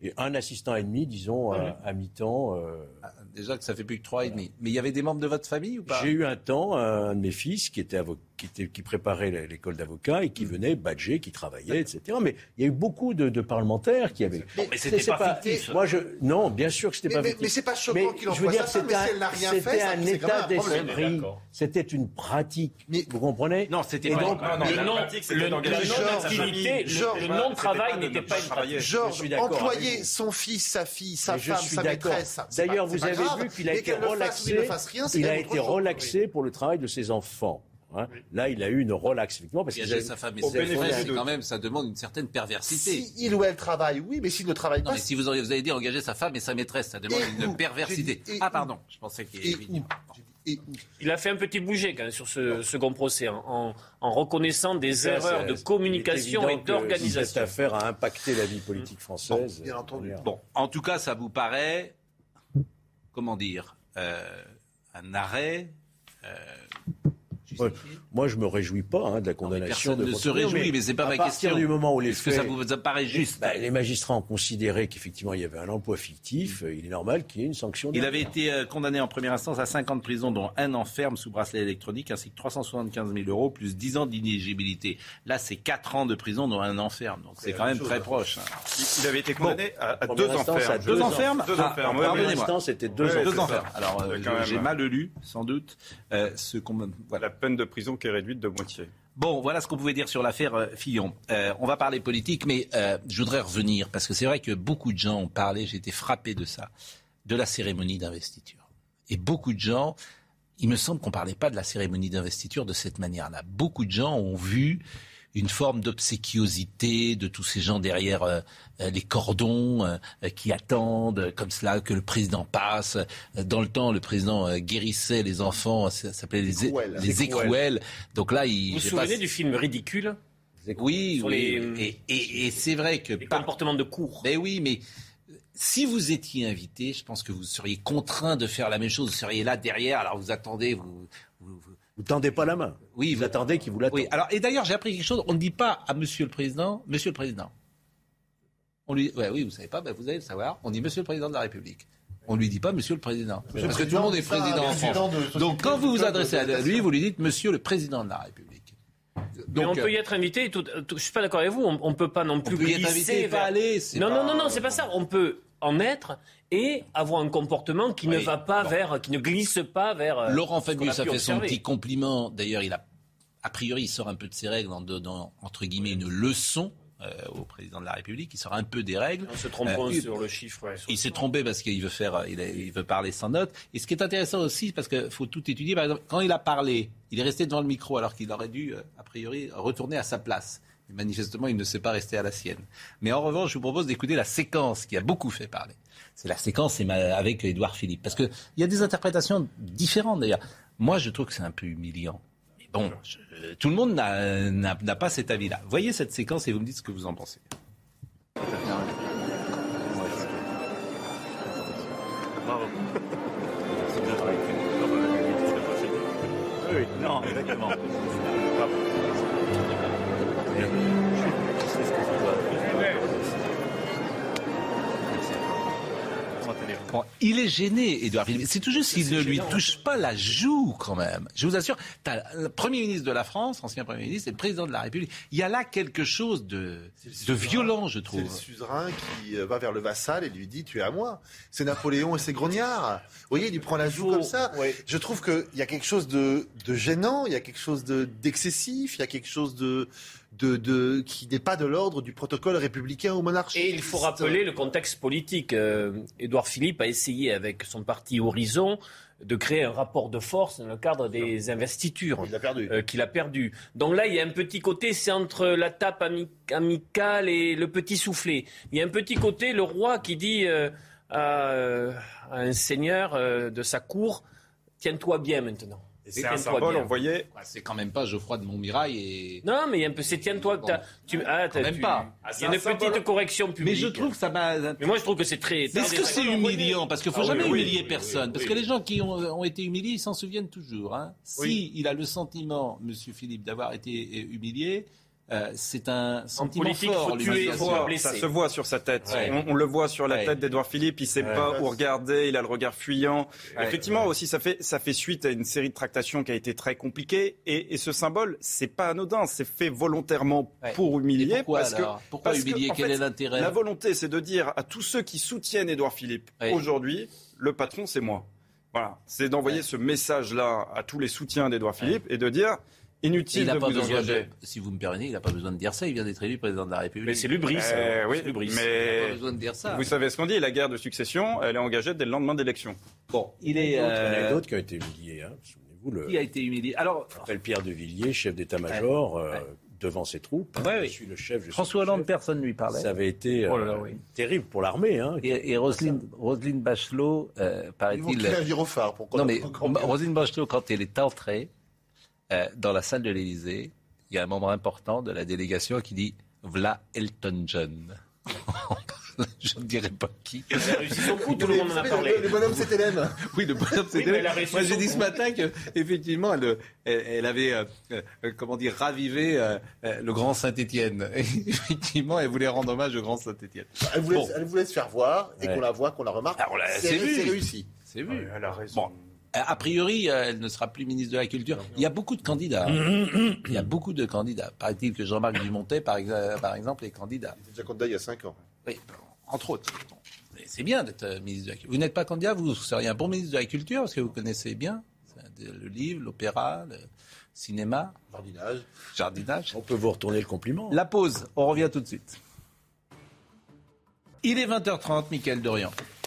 [SPEAKER 8] et un assistant et demi, disons, à, à mi-temps. Euh...
[SPEAKER 2] Ah, déjà que ça fait plus que trois et demi. Mais il y avait des membres de votre famille ou pas?
[SPEAKER 8] J'ai eu un temps un de mes fils qui était avocat, qui, était, qui préparait l'école d'avocat et qui venait badger, qui travaillait, et cetera. Mais il y a eu beaucoup de, de parlementaires qui avaient.
[SPEAKER 7] Mais, mais c'était pas, pas fictif.
[SPEAKER 8] Moi, je non, bien sûr que c'était
[SPEAKER 3] mais,
[SPEAKER 8] pas
[SPEAKER 3] mais,
[SPEAKER 8] fictif.
[SPEAKER 3] Mais c'est pas choquant qu'il envoie sa femme, mais si elle n'a rien fait,
[SPEAKER 8] c'était un état d'esprit. C'était une pratique.
[SPEAKER 3] Mais
[SPEAKER 8] vous comprenez?
[SPEAKER 2] Non, c'était
[SPEAKER 7] pas.
[SPEAKER 2] Donc,
[SPEAKER 7] non, non, le non-travail n'était pas une pratique.
[SPEAKER 3] Georges, employer son fils, sa fille, sa femme, sa maîtresse.
[SPEAKER 8] D'ailleurs, vous avez vu qu'il a été relaxé. Il a été relaxé pour le travail de ses enfants. Hein. Oui. Là, il a eu une relaxe, effectivement. Parce
[SPEAKER 2] qu'il a sa femme et ses enfants, c'est quand même, ça demande une certaine perversité.
[SPEAKER 3] Si il ou elle travaille, oui, mais s'il ne travaille
[SPEAKER 2] non,
[SPEAKER 3] pas.
[SPEAKER 2] Mais si vous, auriez, vous avez dit engager sa femme et sa maîtresse, ça demande et une où perversité. Ah, pardon, je pensais qu'il y avait.
[SPEAKER 7] Il a fait un petit bouget quand même sur ce second procès en, en reconnaissant des ça, erreurs de communication et d'organisation.
[SPEAKER 8] Cette affaire a impacté la vie politique française.
[SPEAKER 3] Bon, bien entendu.
[SPEAKER 2] Bon, en tout cas, ça vous paraît, comment dire, euh, un arrêt. Euh,
[SPEAKER 8] Ouais, moi, je me réjouis pas hein, de la condamnation.
[SPEAKER 2] Non, personne
[SPEAKER 8] de
[SPEAKER 2] ne se réjouit, mais, mais c'est pas ma question.
[SPEAKER 8] À partir du moment où les
[SPEAKER 2] Est-ce faits, que ça vous apparaît juste
[SPEAKER 8] bah, les magistrats ont considéré qu'effectivement il y avait un emploi fictif. Il est normal qu'il y ait une sanction.
[SPEAKER 2] Il avait été euh, condamné en première instance à cinq ans de prison, dont un an ferme sous bracelet électronique, ainsi que trois cent soixante-quinze mille euros plus dix ans d'inéligibilité. Là, c'est quatre ans de prison, dont un an ferme. Donc c'est, c'est quand même très proche. Hein.
[SPEAKER 5] Il avait été condamné bon, à, à deux ans ferme.
[SPEAKER 2] Deux ans ferme.
[SPEAKER 5] Deux ans ferme.
[SPEAKER 8] Pardonnez-moi. C'était deux ans ferme.
[SPEAKER 2] Alors j'ai mal lu, sans doute. Ce qu'on
[SPEAKER 5] la peine de prison qui est réduite de moitié.
[SPEAKER 2] Bon, voilà ce qu'on pouvait dire sur l'affaire euh, Fillon. Euh, on va parler politique, mais euh, je voudrais revenir, parce que c'est vrai que beaucoup de gens ont parlé, j'ai été frappé de ça, de la cérémonie d'investiture. Et beaucoup de gens, il me semble qu'on ne parlait pas de la cérémonie d'investiture de cette manière-là. Beaucoup de gens ont vu une forme d'obséquiosité de tous ces gens derrière euh, les cordons euh, qui attendent euh, comme cela que le président passe. Dans le temps, le président euh, guérissait les enfants, ça s'appelait les, écrouelles. les écrouelles. Donc là, il,
[SPEAKER 7] vous vous souvenez pas... du film Ridicule?
[SPEAKER 2] Oui, oui. Les... Et, et, et c'est vrai que...
[SPEAKER 7] Les par... comportements de cour.
[SPEAKER 2] Mais oui, mais... Si vous étiez invité, je pense que vous seriez contraint de faire la même chose. Vous seriez là derrière, alors vous attendez, vous... vous, vous...
[SPEAKER 8] Vous tendez pas la main.
[SPEAKER 2] Oui,
[SPEAKER 8] vous, vous attendez qu'il vous l'attende.
[SPEAKER 2] Oui. Alors, et d'ailleurs, j'ai appris quelque chose. On ne dit pas à Monsieur le Président, Monsieur le Président. On lui, ouais, oui, vous savez pas, ben vous allez le savoir. On dit Monsieur le Président de la République. On lui dit pas Monsieur le Président,
[SPEAKER 3] Monsieur
[SPEAKER 2] parce
[SPEAKER 3] le
[SPEAKER 2] que tout le monde est président en France. Donc, quand vous vous adressez à lui, vous lui dites Monsieur le Président de la République.
[SPEAKER 7] Donc, mais on peut y être invité. Tout, tout, je suis pas d'accord avec vous. On, ne peut pas non plus
[SPEAKER 2] on peut y être invité,
[SPEAKER 7] vers...
[SPEAKER 2] pas aller.
[SPEAKER 7] Non,
[SPEAKER 2] pas...
[SPEAKER 7] non, non, non, c'est pas ça. On peut en être et avoir un comportement qui oui, ne va pas bon. vers, qui ne glisse pas vers.
[SPEAKER 2] Laurent Fabius a fait son petit compliment. D'ailleurs, il a, a priori, il sort un peu de ses règles en donnant entre guillemets une leçon euh, au président de la République. Il sort un peu des règles.
[SPEAKER 7] On se trompe euh, sur le chiffre. Ouais, sur
[SPEAKER 2] il le s'est trompé parce qu'il veut faire, il, a, il veut parler sans note. Et ce qui est intéressant aussi, parce qu'il faut tout étudier. Par exemple, quand il a parlé, il est resté devant le micro alors qu'il aurait dû, a priori, retourner à sa place. Et manifestement, il ne s'est pas resté à la sienne. Mais en revanche, je vous propose d'écouter la séquence qui a beaucoup fait parler. C'est la séquence avec Édouard Philippe. Parce qu'il y a des interprétations différentes, d'ailleurs. Moi, je trouve que c'est un peu humiliant. Mais bon, je, tout le monde n'a, n'a, n'a pas cet avis-là. Voyez cette séquence et vous me dites ce que vous en pensez.
[SPEAKER 11] Bravo. C'est bien travaillé. Oui, non, exactement. Bravo.
[SPEAKER 2] Bon, il est gêné, Édouard Philippe. C'est tout juste qu'il ne lui touche pas la joue, quand même. Je vous assure, t'as le Premier ministre de la France, ancien Premier ministre, et le Président de la République. Il y a là quelque chose de, de violent, je trouve.
[SPEAKER 3] C'est le suzerain qui va vers le vassal et lui dit « tu es à moi ». C'est Napoléon et ses grognards. Vous voyez, il lui prend la joue comme ça. Oui. Je trouve qu'il y a quelque chose de, de gênant, il y a quelque chose de, d'excessif, il y a quelque chose de... De, de, qui n'est pas de l'ordre du protocole républicain ou monarchiste.
[SPEAKER 7] Et il faut rappeler le contexte politique. Euh, Édouard Philippe a essayé avec son parti Horizon de créer un rapport de force dans le cadre des investitures
[SPEAKER 3] il a perdu.
[SPEAKER 7] Euh, qu'il a perdu. Donc là, il y a un petit côté, c'est entre la tape ami- amicale et le petit soufflet. Il y a un petit côté, le roi qui dit euh, à, à un seigneur euh, de sa cour, tiens-toi bien maintenant.
[SPEAKER 5] C'est un symbole, on voyait.
[SPEAKER 2] C'est quand même pas Geoffroy de Montmirail et.
[SPEAKER 7] Non, mais il y a un peu. C'est tiens-toi. Bon. Tu, ah,
[SPEAKER 2] quand même
[SPEAKER 7] tu,
[SPEAKER 2] pas.
[SPEAKER 7] Il y a une petite correction publique.
[SPEAKER 2] Mais je trouve que ça va.
[SPEAKER 7] Mais moi, je trouve que c'est très.
[SPEAKER 2] Mais est-ce que c'est humiliant? Parce qu'il faut ah, jamais oui, humilier
[SPEAKER 7] oui,
[SPEAKER 2] personne.
[SPEAKER 7] Oui,
[SPEAKER 2] parce
[SPEAKER 7] oui,
[SPEAKER 2] que
[SPEAKER 7] oui.
[SPEAKER 2] les gens qui ont, ont été humiliés, ils s'en souviennent toujours. Hein. Si oui. il a le sentiment, Monsieur Philippe, d'avoir été humilié. Euh, c'est un sentiment
[SPEAKER 7] en politique,
[SPEAKER 2] fort.
[SPEAKER 7] faut tuer, faut pas blesser.
[SPEAKER 5] Ça se voit sur sa tête.
[SPEAKER 2] Ouais.
[SPEAKER 5] On, on le voit sur la
[SPEAKER 2] Ouais.
[SPEAKER 5] tête d'Édouard Philippe. Il sait
[SPEAKER 2] Ouais.
[SPEAKER 5] pas où regarder. Il a le regard fuyant.
[SPEAKER 2] Ouais.
[SPEAKER 5] Effectivement,
[SPEAKER 2] Ouais.
[SPEAKER 5] aussi, ça fait ça fait suite à une série de tractations qui a été très compliquée. Et, et ce symbole, c'est pas anodin. C'est fait volontairement
[SPEAKER 2] Ouais.
[SPEAKER 5] pour humilier.
[SPEAKER 2] Et pourquoi,
[SPEAKER 5] parce
[SPEAKER 2] alors
[SPEAKER 5] que
[SPEAKER 2] Pourquoi
[SPEAKER 5] parce que,
[SPEAKER 2] humilier
[SPEAKER 5] en
[SPEAKER 2] Quel
[SPEAKER 5] fait,
[SPEAKER 2] est l'intérêt?
[SPEAKER 5] La volonté, c'est de dire à tous ceux qui soutiennent Édouard Philippe
[SPEAKER 2] Ouais.
[SPEAKER 5] aujourd'hui, le patron, c'est moi. Voilà. C'est d'envoyer
[SPEAKER 2] Ouais.
[SPEAKER 5] ce message-là à tous les soutiens d'Édouard Philippe et de dire. Inutile
[SPEAKER 2] il n'a
[SPEAKER 5] de
[SPEAKER 2] pas
[SPEAKER 5] vous
[SPEAKER 2] besoin
[SPEAKER 5] engager.
[SPEAKER 2] de, si vous me permettez, il n'a pas besoin de dire ça. Il vient d'être élu président de la République.
[SPEAKER 7] Mais c'est l'ubris.
[SPEAKER 5] Euh, oui,
[SPEAKER 7] c'est l'ubris.
[SPEAKER 2] Il n'a
[SPEAKER 5] mais
[SPEAKER 2] pas besoin de dire ça.
[SPEAKER 5] vous savez ce qu'on dit, la guerre de succession, elle est engagée dès le lendemain d'élection.
[SPEAKER 2] Bon, il est.
[SPEAKER 8] Il y en a
[SPEAKER 2] Euh,
[SPEAKER 8] d'autres qui ont été humiliés. Hein. Souvenez-vous, le...
[SPEAKER 2] qui a été humilié. Alors,
[SPEAKER 8] je rappelle Pierre de Villiers, chef d'état-major, euh,
[SPEAKER 2] Ouais.
[SPEAKER 8] devant ses troupes.
[SPEAKER 2] Ouais,
[SPEAKER 8] je
[SPEAKER 2] oui.
[SPEAKER 8] suis le chef. Je suis
[SPEAKER 2] François
[SPEAKER 8] le
[SPEAKER 2] Hollande,
[SPEAKER 8] chef.
[SPEAKER 2] personne ne lui parlait.
[SPEAKER 8] Ça avait été euh,
[SPEAKER 7] Oh là là, oui.
[SPEAKER 8] terrible pour l'armée. Hein.
[SPEAKER 2] Et, et Roselyne, Roselyne Bachelot, euh,
[SPEAKER 3] Ils vont
[SPEAKER 2] paraît-il.
[SPEAKER 3] créer un gyrophare pour qu'on
[SPEAKER 2] Non, mais
[SPEAKER 3] encore mieux.
[SPEAKER 2] Roselyne Bachelot, quand elle est entrée euh, dans la salle de l'Élysée, il y a un membre important de la délégation qui dit V'là Elton John. Je ne dirais pas qui.
[SPEAKER 7] Elle a réussi son coup, tout le monde en a parlé.
[SPEAKER 3] Le bonhomme, c'était l'aime.
[SPEAKER 2] Oui, le bonhomme,
[SPEAKER 7] Oui,
[SPEAKER 2] c'était.
[SPEAKER 7] mais elle a réussi
[SPEAKER 2] Moi, j'ai
[SPEAKER 7] son
[SPEAKER 2] dit
[SPEAKER 7] coup.
[SPEAKER 2] ce matin qu'effectivement, elle, elle, elle avait, euh, euh, comment dire, ravivé euh, euh, le grand Saint-Étienne. Effectivement, elle voulait rendre hommage au grand Saint-Étienne.
[SPEAKER 3] Elle voulait,
[SPEAKER 2] Bon.
[SPEAKER 3] elle voulait se faire voir et
[SPEAKER 2] Ouais.
[SPEAKER 3] qu'on la voit, qu'on la remarque.
[SPEAKER 2] Ah, on l'a-
[SPEAKER 3] c'est
[SPEAKER 2] c'est vu.
[SPEAKER 3] c'est réussi.
[SPEAKER 2] C'est vu.
[SPEAKER 5] Elle a raison.
[SPEAKER 2] Bon. A priori, euh, elle ne sera plus ministre de la Culture. Il y a beaucoup de candidats. hein. Il y a beaucoup de candidats. Paraît-il que Jean-Marc Dumontet, par, exa- par exemple, est candidat.
[SPEAKER 3] Il était déjà candidat il y a cinq ans.
[SPEAKER 2] Oui, entre autres. Bon. Mais c'est bien d'être euh, ministre de la Culture. Vous n'êtes pas candidat, vous seriez un bon ministre de la Culture parce que vous connaissez bien le livre, l'opéra, le cinéma,
[SPEAKER 3] Jardinage.
[SPEAKER 2] jardinage.
[SPEAKER 8] On peut vous retourner le compliment.
[SPEAKER 2] La pause, on revient tout de suite. Il est vingt heures trente, Mickaël Dorian.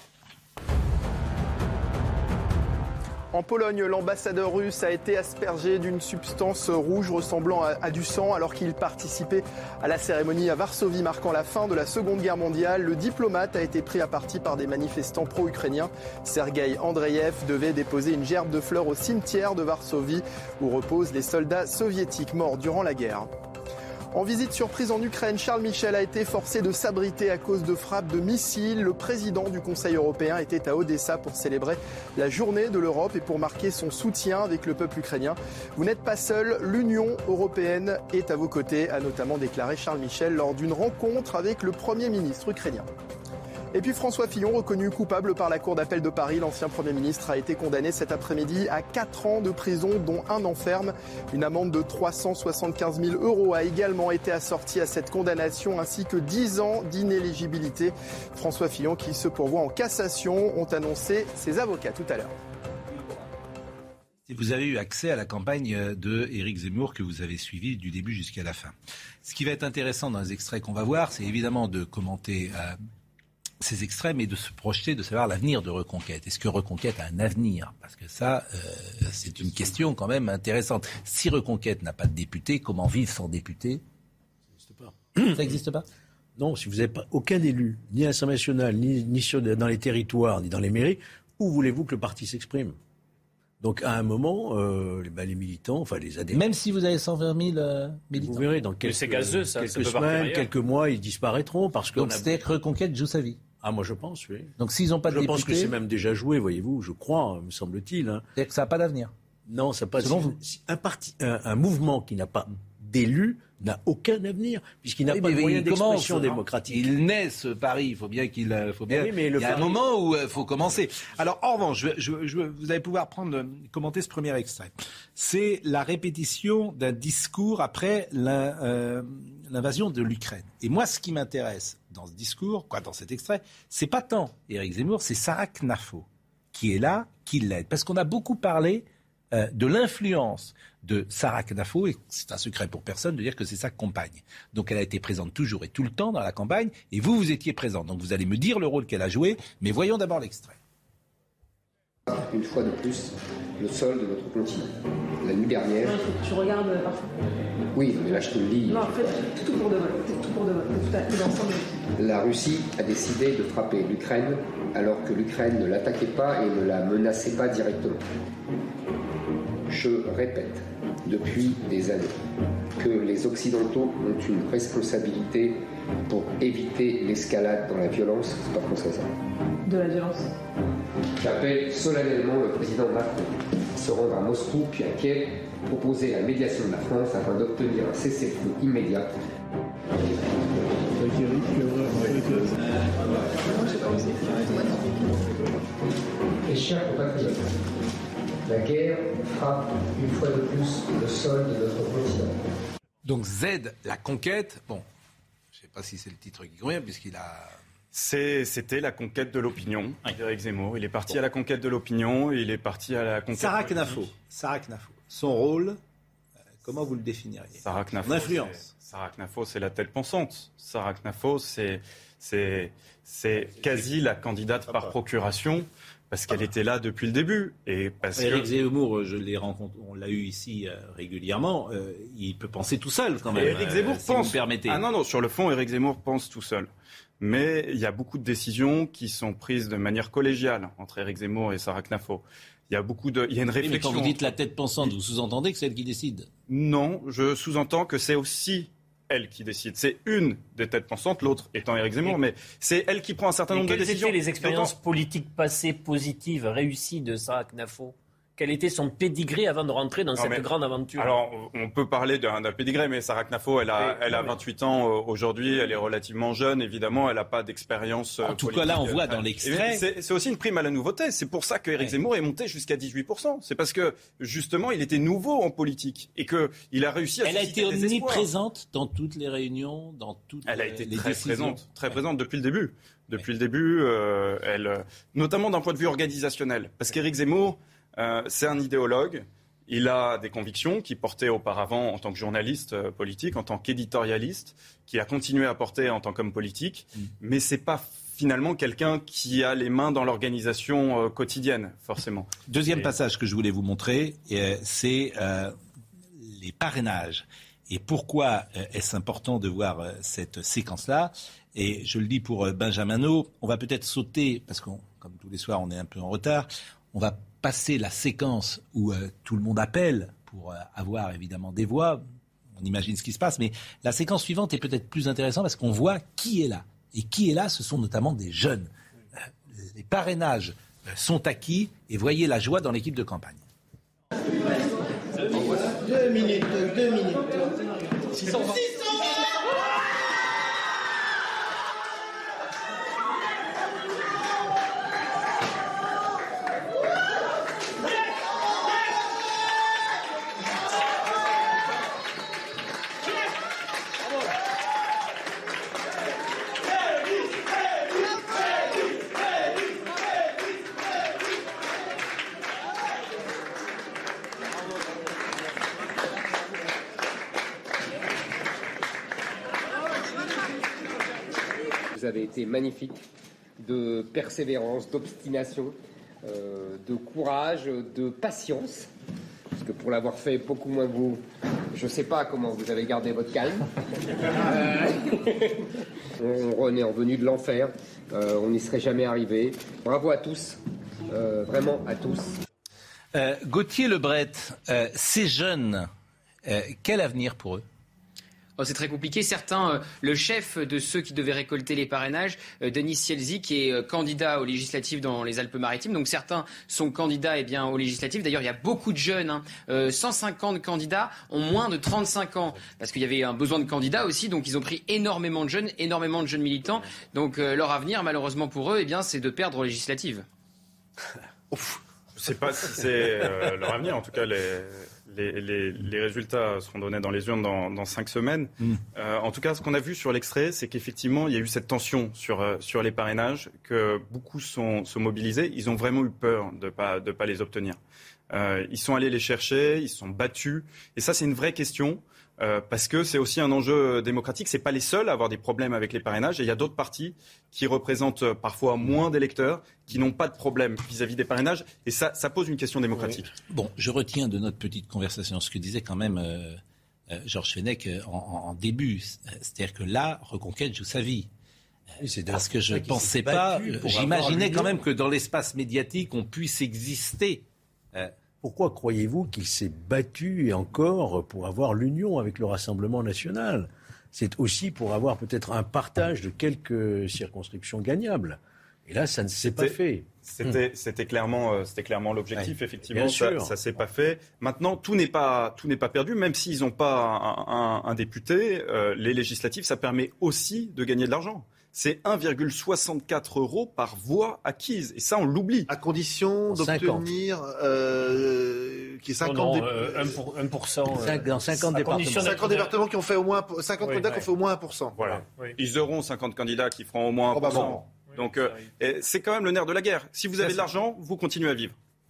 [SPEAKER 10] En Pologne, l'ambassadeur russe a été aspergé d'une substance rouge ressemblant à, à du sang alors qu'il participait à la cérémonie à Varsovie marquant la fin de la Seconde Guerre mondiale. Le diplomate a été pris à partie par des manifestants pro-ukrainiens. Sergueï Andreev devait déposer une gerbe de fleurs au cimetière de Varsovie où reposent les soldats soviétiques morts durant la guerre. En visite surprise en Ukraine, Charles Michel a été forcé de s'abriter à cause de frappes de missiles. Le président du Conseil européen était à Odessa pour célébrer la journée de l'Europe et pour marquer son soutien avec le peuple ukrainien. Vous n'êtes pas seul, l'Union européenne est à vos côtés, a notamment déclaré Charles Michel lors d'une rencontre avec le Premier ministre ukrainien. Et puis François Fillon, reconnu coupable par la Cour d'appel de Paris, l'ancien Premier ministre a été condamné cet après-midi à quatre ans de prison, dont un an ferme. Une amende de trois cent soixante-quinze mille euros a également été assortie à cette condamnation, ainsi que dix ans d'inéligibilité. François Fillon, qui se pourvoit en cassation, ont annoncé ses avocats tout à l'heure.
[SPEAKER 2] Vous avez eu accès à la campagne de Éric Zemmour que vous avez suivie du début jusqu'à la fin. Ce qui va être intéressant dans les extraits qu'on va voir, c'est évidemment de commenter euh, ces extraits, mais de se projeter, de savoir l'avenir de Reconquête. Est-ce que Reconquête a un avenir ? Parce que ça, euh, c'est une question quand même intéressante. Si Reconquête n'a pas de député, comment vivre sans député ? Ça n'existe pas ?
[SPEAKER 8] Non, si vous n'avez pas aucun élu, ni à l'Assemblée nationale, ni, ni sur, dans les territoires, ni dans les mairies, où voulez-vous que le parti s'exprime ? Donc à un moment, euh, les, bah, les militants, enfin les adhérents...
[SPEAKER 2] Même si vous avez cent vingt mille euh, militants.
[SPEAKER 8] Vous verrez, dans quelques,
[SPEAKER 7] c'est gazeux, ça,
[SPEAKER 8] quelques
[SPEAKER 7] ça peut partir
[SPEAKER 8] semaines,
[SPEAKER 7] ailleurs.
[SPEAKER 8] quelques mois, ils disparaîtront parce que...
[SPEAKER 2] Donc c'est-à-dire que Reconquête joue sa vie.
[SPEAKER 8] Ah, moi je pense, oui.
[SPEAKER 2] Donc s'ils n'ont pas de
[SPEAKER 8] Je
[SPEAKER 2] député...
[SPEAKER 8] pense que c'est même déjà joué, voyez-vous, je crois, me semble-t-il. Hein.
[SPEAKER 2] C'est-à-dire que ça n'a pas d'avenir.
[SPEAKER 8] Non, ça pas...
[SPEAKER 2] Selon
[SPEAKER 8] si-
[SPEAKER 2] vous.
[SPEAKER 8] si un, parti, un, un mouvement qui n'a pas d'élus n'a aucun avenir, puisqu'il n'a
[SPEAKER 2] Oui,
[SPEAKER 8] pas de
[SPEAKER 2] mais
[SPEAKER 8] moyen
[SPEAKER 2] il commence,
[SPEAKER 8] d'expression
[SPEAKER 2] hein.
[SPEAKER 8] démocratique.
[SPEAKER 2] Il naît ce pari, il faut bien qu'il euh, faut bien.
[SPEAKER 8] Oui, mais le
[SPEAKER 2] il y a
[SPEAKER 8] pari-
[SPEAKER 2] un moment où il euh, faut commencer. Alors en revanche, je, je, je, vous allez pouvoir prendre, euh, commenter ce premier extrait. C'est la répétition d'un discours après la, euh, l'invasion de l'Ukraine. Et moi, ce qui m'intéresse dans ce discours, quoi, dans cet extrait, c'est pas tant Éric Zemmour, c'est Sarah Knafo qui est là, qui l'aide, parce qu'on a beaucoup parlé euh, de l'influence de Sarah Knafo, et c'est un secret pour personne de dire que c'est sa compagne. Donc elle a été présente toujours et tout le temps dans la campagne, et vous, vous étiez présent. Donc vous allez me dire le rôle qu'elle a joué, mais voyons d'abord l'extrait.
[SPEAKER 12] Une fois de plus, le sol de notre continent. La nuit dernière...
[SPEAKER 13] Non, il faut que tu regardes euh, parfois.
[SPEAKER 12] Oui, mais là je te le lis.
[SPEAKER 13] Non, en fait, tout pour de vrai. Tout pour de vrai. Tout à tout l'ensemble.
[SPEAKER 12] La Russie a décidé de frapper l'Ukraine alors que l'Ukraine ne l'attaquait pas et ne la menaçait pas directement. Je répète, depuis des années, que les Occidentaux ont une responsabilité pour éviter l'escalade dans la violence. C'est pas français ça.
[SPEAKER 13] De la violence.
[SPEAKER 12] J'appelle solennellement le président Macron se rendre à Moscou puis à Kiev, proposer la médiation de la France afin d'obtenir un cessez-le-feu immédiat. Mes chers compatriotes, la guerre frappe une fois de plus le sol de notre continent.
[SPEAKER 2] Donc Z, la conquête, bon, je ne sais pas si c'est le titre qui convient, puisqu'il a...
[SPEAKER 5] C'est, c'était la conquête de l'opinion, Éric Zemmour. Il est parti bon. à la conquête de l'opinion, il est parti à la conquête...
[SPEAKER 2] Sarah Knafo, Sarah Knafo, son rôle, euh, comment vous le définiriez ?
[SPEAKER 5] Sarah Knafo,
[SPEAKER 2] son influence.
[SPEAKER 5] C'est, Sarah Knafo, c'est la tête pensante. Sarah Knafo, c'est, c'est, c'est quasi la candidate par procuration. Parce qu'elle était là depuis le début. Et parce
[SPEAKER 2] Éric
[SPEAKER 5] que...
[SPEAKER 2] Zemmour, je l'ai rencontré, on l'a eu ici euh, régulièrement, euh, il peut penser tout seul quand même.
[SPEAKER 5] Éric Zemmour
[SPEAKER 2] euh, si
[SPEAKER 5] pense.
[SPEAKER 2] vous me permettez.
[SPEAKER 5] Ah non, non, sur le fond, Éric Zemmour pense tout seul. Mais il y a beaucoup de décisions qui sont prises de manière collégiale entre Éric Zemmour et Sarah Knafo. Il y a beaucoup de, il y a une réflexion.
[SPEAKER 2] Oui, mais quand vous dites la tête pensante, vous sous-entendez que c'est elle qui décide ?
[SPEAKER 5] Non, je sous-entends que c'est aussi elle qui décide. C'est une des têtes pensantes, l'autre étant Éric Zemmour, mais c'est elle qui prend un certain nombre de décisions.
[SPEAKER 7] Quelles étaient les expériences politiques passées positives, réussies de Sarah Knafo ? Quel était son pédigré avant de rentrer dans non, cette
[SPEAKER 5] mais,
[SPEAKER 7] grande aventure ?
[SPEAKER 5] Alors, on peut parler d'un, d'un pédigré, mais Sarah Knafo, elle a, oui, elle a vingt-huit ans aujourd'hui, elle est relativement jeune, évidemment, elle n'a pas d'expérience
[SPEAKER 2] En tout
[SPEAKER 5] politique.
[SPEAKER 2] cas, là, on voit dans l'extrait...
[SPEAKER 5] C'est, c'est aussi une prime à la nouveauté. C'est pour ça qu'Éric oui. Zemmour est monté jusqu'à dix-huit pour cent. C'est parce que, justement, il était nouveau en politique et qu'il a réussi à
[SPEAKER 2] elle
[SPEAKER 5] susciter des espoirs.
[SPEAKER 2] Elle a été omniprésente dans toutes les réunions, dans toutes
[SPEAKER 5] elle a été
[SPEAKER 2] les
[SPEAKER 5] très
[SPEAKER 2] décisions.
[SPEAKER 5] Présente, très ouais. présente depuis le début. Depuis ouais. le début, euh, elle, notamment d'un point de vue organisationnel. Parce qu'Éric Zemmour... Euh, c'est un idéologue, il a des convictions qu'il portait auparavant en tant que journaliste euh, politique, en tant qu'éditorialiste, qu'il a continué à porter en tant qu'homme politique, mmh. mais c'est pas finalement quelqu'un qui a les mains dans l'organisation euh, quotidienne, forcément.
[SPEAKER 2] Deuxième
[SPEAKER 5] Et...
[SPEAKER 2] passage que je voulais vous montrer, euh, c'est euh, les parrainages. Et pourquoi euh, est-ce important de voir euh, cette séquence-là ? Et je le dis pour euh, Benjamin No, on va peut-être sauter, parce que comme tous les soirs on est un peu en retard, on va passer la séquence où euh, tout le monde appelle pour euh, avoir évidemment des voix. On imagine ce qui se passe, mais la séquence suivante est peut-être plus intéressante parce qu'on voit qui est là. Et qui est là, ce sont notamment des jeunes. Euh, les parrainages euh, sont acquis et voyez la joie dans l'équipe de campagne.
[SPEAKER 14] Deux minutes, deux minutes. six cent vingt.
[SPEAKER 12] Vous avez été magnifique, de persévérance, d'obstination, euh, de courage, de patience. Parce que pour l'avoir fait beaucoup moins que vous, je ne sais pas comment vous avez gardé votre calme. Euh, on est revenu de l'enfer, euh, on n'y serait jamais arrivé. Bravo à tous, euh, vraiment à tous.
[SPEAKER 2] Euh, Gauthier Lebret, euh, ces jeunes, euh, quel avenir pour eux ?
[SPEAKER 15] Oh, c'est très compliqué. Certains, euh, le chef de ceux qui devaient récolter les parrainages, euh, Denis Sielzi, qui est euh, candidat aux législatives dans les Alpes-Maritimes. Donc certains sont candidats eh bien, aux législatives. D'ailleurs, il y a beaucoup de jeunes. Hein. Euh, cent cinquante candidats ont moins de trente-cinq ans. Parce qu'il y avait un besoin de candidats aussi. Donc ils ont pris énormément de jeunes, énormément de jeunes militants. Donc euh, leur avenir, malheureusement pour eux, eh bien, c'est de perdre aux législatives.
[SPEAKER 5] Ouf. Je ne sais pas si c'est euh, leur avenir. En tout cas, les... Les, les, les résultats seront donnés dans les urnes dans, dans cinq semaines. Mmh. Euh, en tout cas, ce qu'on a vu sur l'extrait, c'est qu'effectivement, il y a eu cette tension sur, euh, sur les parrainages, que beaucoup sont, sont mobilisés. Ils ont vraiment eu peur de ne pas, de pas les obtenir. Euh, ils sont allés les chercher, ils se sont battus. Et ça, c'est une vraie question. Euh, parce que c'est aussi un enjeu démocratique. C'est pas les seuls à avoir des problèmes avec les parrainages. Et il y a d'autres partis qui représentent parfois moins d'électeurs, qui n'ont pas de problème vis-à-vis des parrainages. Et ça, ça pose une question démocratique.
[SPEAKER 2] Bon, je retiens de notre petite conversation ce que disait quand même euh, euh, Georges Fenech en, en, en début. C'est-à-dire que là, Reconquête joue sa vie. C'est parce que je ne pensais pas, j'imaginais quand même que dans l'espace médiatique, on puisse exister.
[SPEAKER 8] Euh, Pourquoi croyez-vous qu'il s'est battu et encore pour avoir l'union avec le Rassemblement national ? C'est aussi pour avoir peut-être un partage de quelques circonscriptions gagnables. Et là, ça ne s'est pas fait.
[SPEAKER 5] C'était, c'était clairement, euh, c'était clairement l'objectif.
[SPEAKER 8] Ouais,
[SPEAKER 5] effectivement, ça, ça s'est pas fait. Maintenant, tout n'est pas, tout n'est pas perdu. Même s'ils n'ont pas un, un, un député, euh, les législatives, ça permet aussi de gagner de l'argent. C'est un virgule soixante-quatre euros par voix acquise. Et ça, on l'oublie.
[SPEAKER 3] À condition d'obtenir euh, qui est cinquante
[SPEAKER 7] non, non,
[SPEAKER 3] dé...
[SPEAKER 7] euh, un pour cent. Euh,
[SPEAKER 8] dans cinquante départements.
[SPEAKER 3] cinquante départements qui ont fait au moins cinquante
[SPEAKER 5] oui,
[SPEAKER 3] candidats
[SPEAKER 5] ouais.
[SPEAKER 3] qui ont fait au moins un pour cent.
[SPEAKER 5] Voilà. Oui. Ils auront cinquante candidats qui feront au moins un pour cent. Oui, donc, euh, c'est quand même le nerf de la guerre. Si vous avez de l'argent, vous continuez à vivre.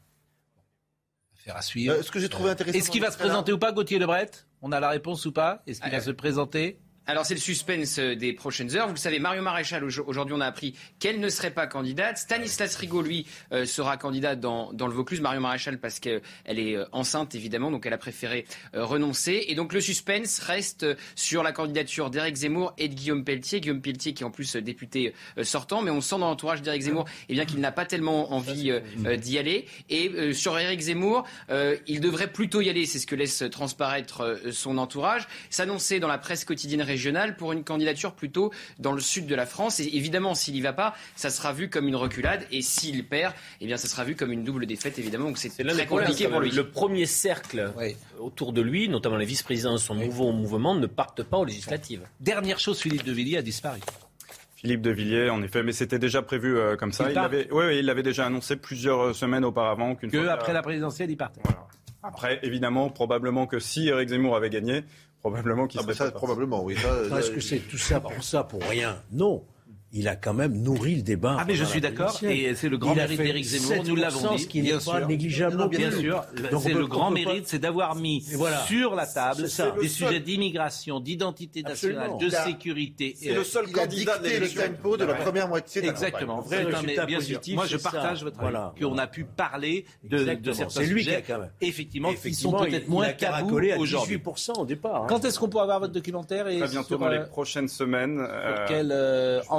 [SPEAKER 2] Affaire à suivre.
[SPEAKER 3] Euh, ce que j'ai trouvé intéressant.
[SPEAKER 2] Est-ce qu'il va se présenter ou pas, Gauthier Lebret ? On a la réponse ou pas ? Est-ce qu'il va se présenter ?
[SPEAKER 15] Alors c'est le suspense des prochaines heures. Vous le savez, Marion Maréchal, aujourd'hui on a appris qu'elle ne serait pas candidate. Stanislas Rigaud, lui, euh, sera candidat dans, dans le Vaucluse. Marion Maréchal parce qu'elle est enceinte, évidemment, donc elle a préféré euh, renoncer. Et donc le suspense reste sur la candidature d'Éric Zemmour et de Guillaume Pelletier. Guillaume Pelletier qui est en plus député euh, sortant, mais on sent dans l'entourage d'Éric Zemmour eh bien, qu'il n'a pas tellement envie euh, euh, d'y aller. Et euh, sur Éric Zemmour, euh, il devrait plutôt y aller, c'est ce que laisse transparaître euh, son entourage. S'annoncer dans la presse quotidienne régionale pour une candidature plutôt dans le sud de la France. Et évidemment, s'il n'y va pas, ça sera vu comme une reculade. Et s'il perd, eh bien, ça sera vu comme une double défaite, évidemment. Donc c'est, c'est très compliqué pour lui.
[SPEAKER 7] Le premier cercle oui. autour de lui, notamment les vice-présidents de son oui. nouveau mouvement, ne partent pas aux législatives.
[SPEAKER 2] Dernière chose, Philippe de Villiers a disparu.
[SPEAKER 5] Philippe de Villiers, en effet, mais c'était déjà prévu euh, comme ça. Il, il l'avait, oui, oui, il l'avait déjà annoncé plusieurs semaines auparavant. Qu'une
[SPEAKER 2] que
[SPEAKER 5] fois
[SPEAKER 2] après la présidentielle, il partait.
[SPEAKER 5] Voilà. Après, évidemment, probablement que si Éric Zemmour avait gagné, probablement qu'il
[SPEAKER 3] ah
[SPEAKER 5] serait
[SPEAKER 3] ben ça, probablement, oui. Ça,
[SPEAKER 8] non, est-ce que c'est tout ça pour ça, pour rien ? Non. Il a quand même nourri le débat.
[SPEAKER 2] Ah mais je suis d'accord, et c'est le grand il mérite d'Éric Zemmour, nous l'avons dit,
[SPEAKER 8] ce qui n'est pas négligeable non,
[SPEAKER 2] bien sûr. Donc c'est le grand mérite, pas... c'est d'avoir mis voilà. sur la table des seul... sujets d'immigration, d'identité nationale, Absolument. de
[SPEAKER 3] a...
[SPEAKER 2] sécurité.
[SPEAKER 3] C'est euh... le seul il candidat de l'élection. Le tempo de la première moitié de la
[SPEAKER 2] Exactement. Vrai, non, mais bien sûr. Moi je partage votre avis, qu'on a pu parler de certains sujets, effectivement, qui sont peut-être moins tabous aujourd'hui.
[SPEAKER 8] dix-huit pour cent au départ.
[SPEAKER 2] Quand est-ce qu'on peut avoir votre documentaire ?
[SPEAKER 5] Très bientôt dans les prochaines semaines.
[SPEAKER 2] Sur quelle antenne ?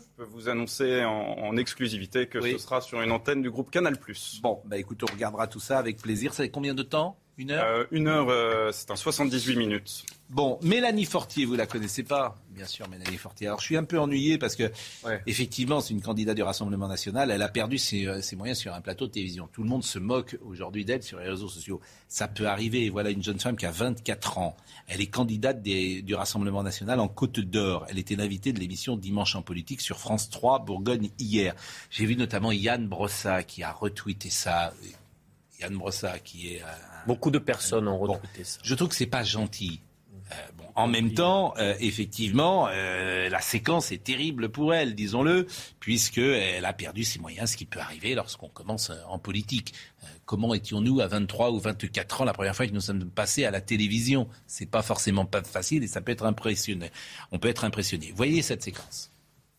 [SPEAKER 5] Vous annoncer en, en exclusivité que oui. ce sera sur une antenne du groupe Canal+.
[SPEAKER 2] Bon, bah écoute, on regardera tout ça avec plaisir. Ça fait combien de temps ? Une heure
[SPEAKER 5] euh, Une heure, euh, c'est un soixante-dix-huit minutes.
[SPEAKER 2] Bon, Mélanie Fortier, vous la connaissez pas ? Bien sûr, Mélanie Fortier. Alors, je suis un peu ennuyé parce que, ouais. effectivement, c'est une candidate du Rassemblement National. Elle a perdu ses, ses moyens sur un plateau de télévision. Tout le monde se moque aujourd'hui d'elle sur les réseaux sociaux. Ça peut arriver. Voilà une jeune femme qui a vingt-quatre ans. Elle est candidate des, du Rassemblement National en Côte d'Or. Elle était l'invitée de l'émission Dimanche en politique sur France trois, Bourgogne, hier. J'ai vu notamment Yann Brossat qui a retweeté ça. Yann Brossat qui est... Un...
[SPEAKER 7] Beaucoup de personnes ont retweeté
[SPEAKER 2] bon,
[SPEAKER 7] ça.
[SPEAKER 2] Je trouve que c'est pas gentil. Euh, bon, en même temps, euh, effectivement, euh, la séquence est terrible pour elle, disons-le, puisqu'elle a perdu ses moyens, ce qui peut arriver lorsqu'on commence en politique. Euh, comment étions-nous à vingt-trois ou vingt-quatre ans la première fois que nous sommes passés à la télévision ? C'est pas forcément pas facile et ça peut être impressionnant. On peut être impressionné. Voyez cette séquence.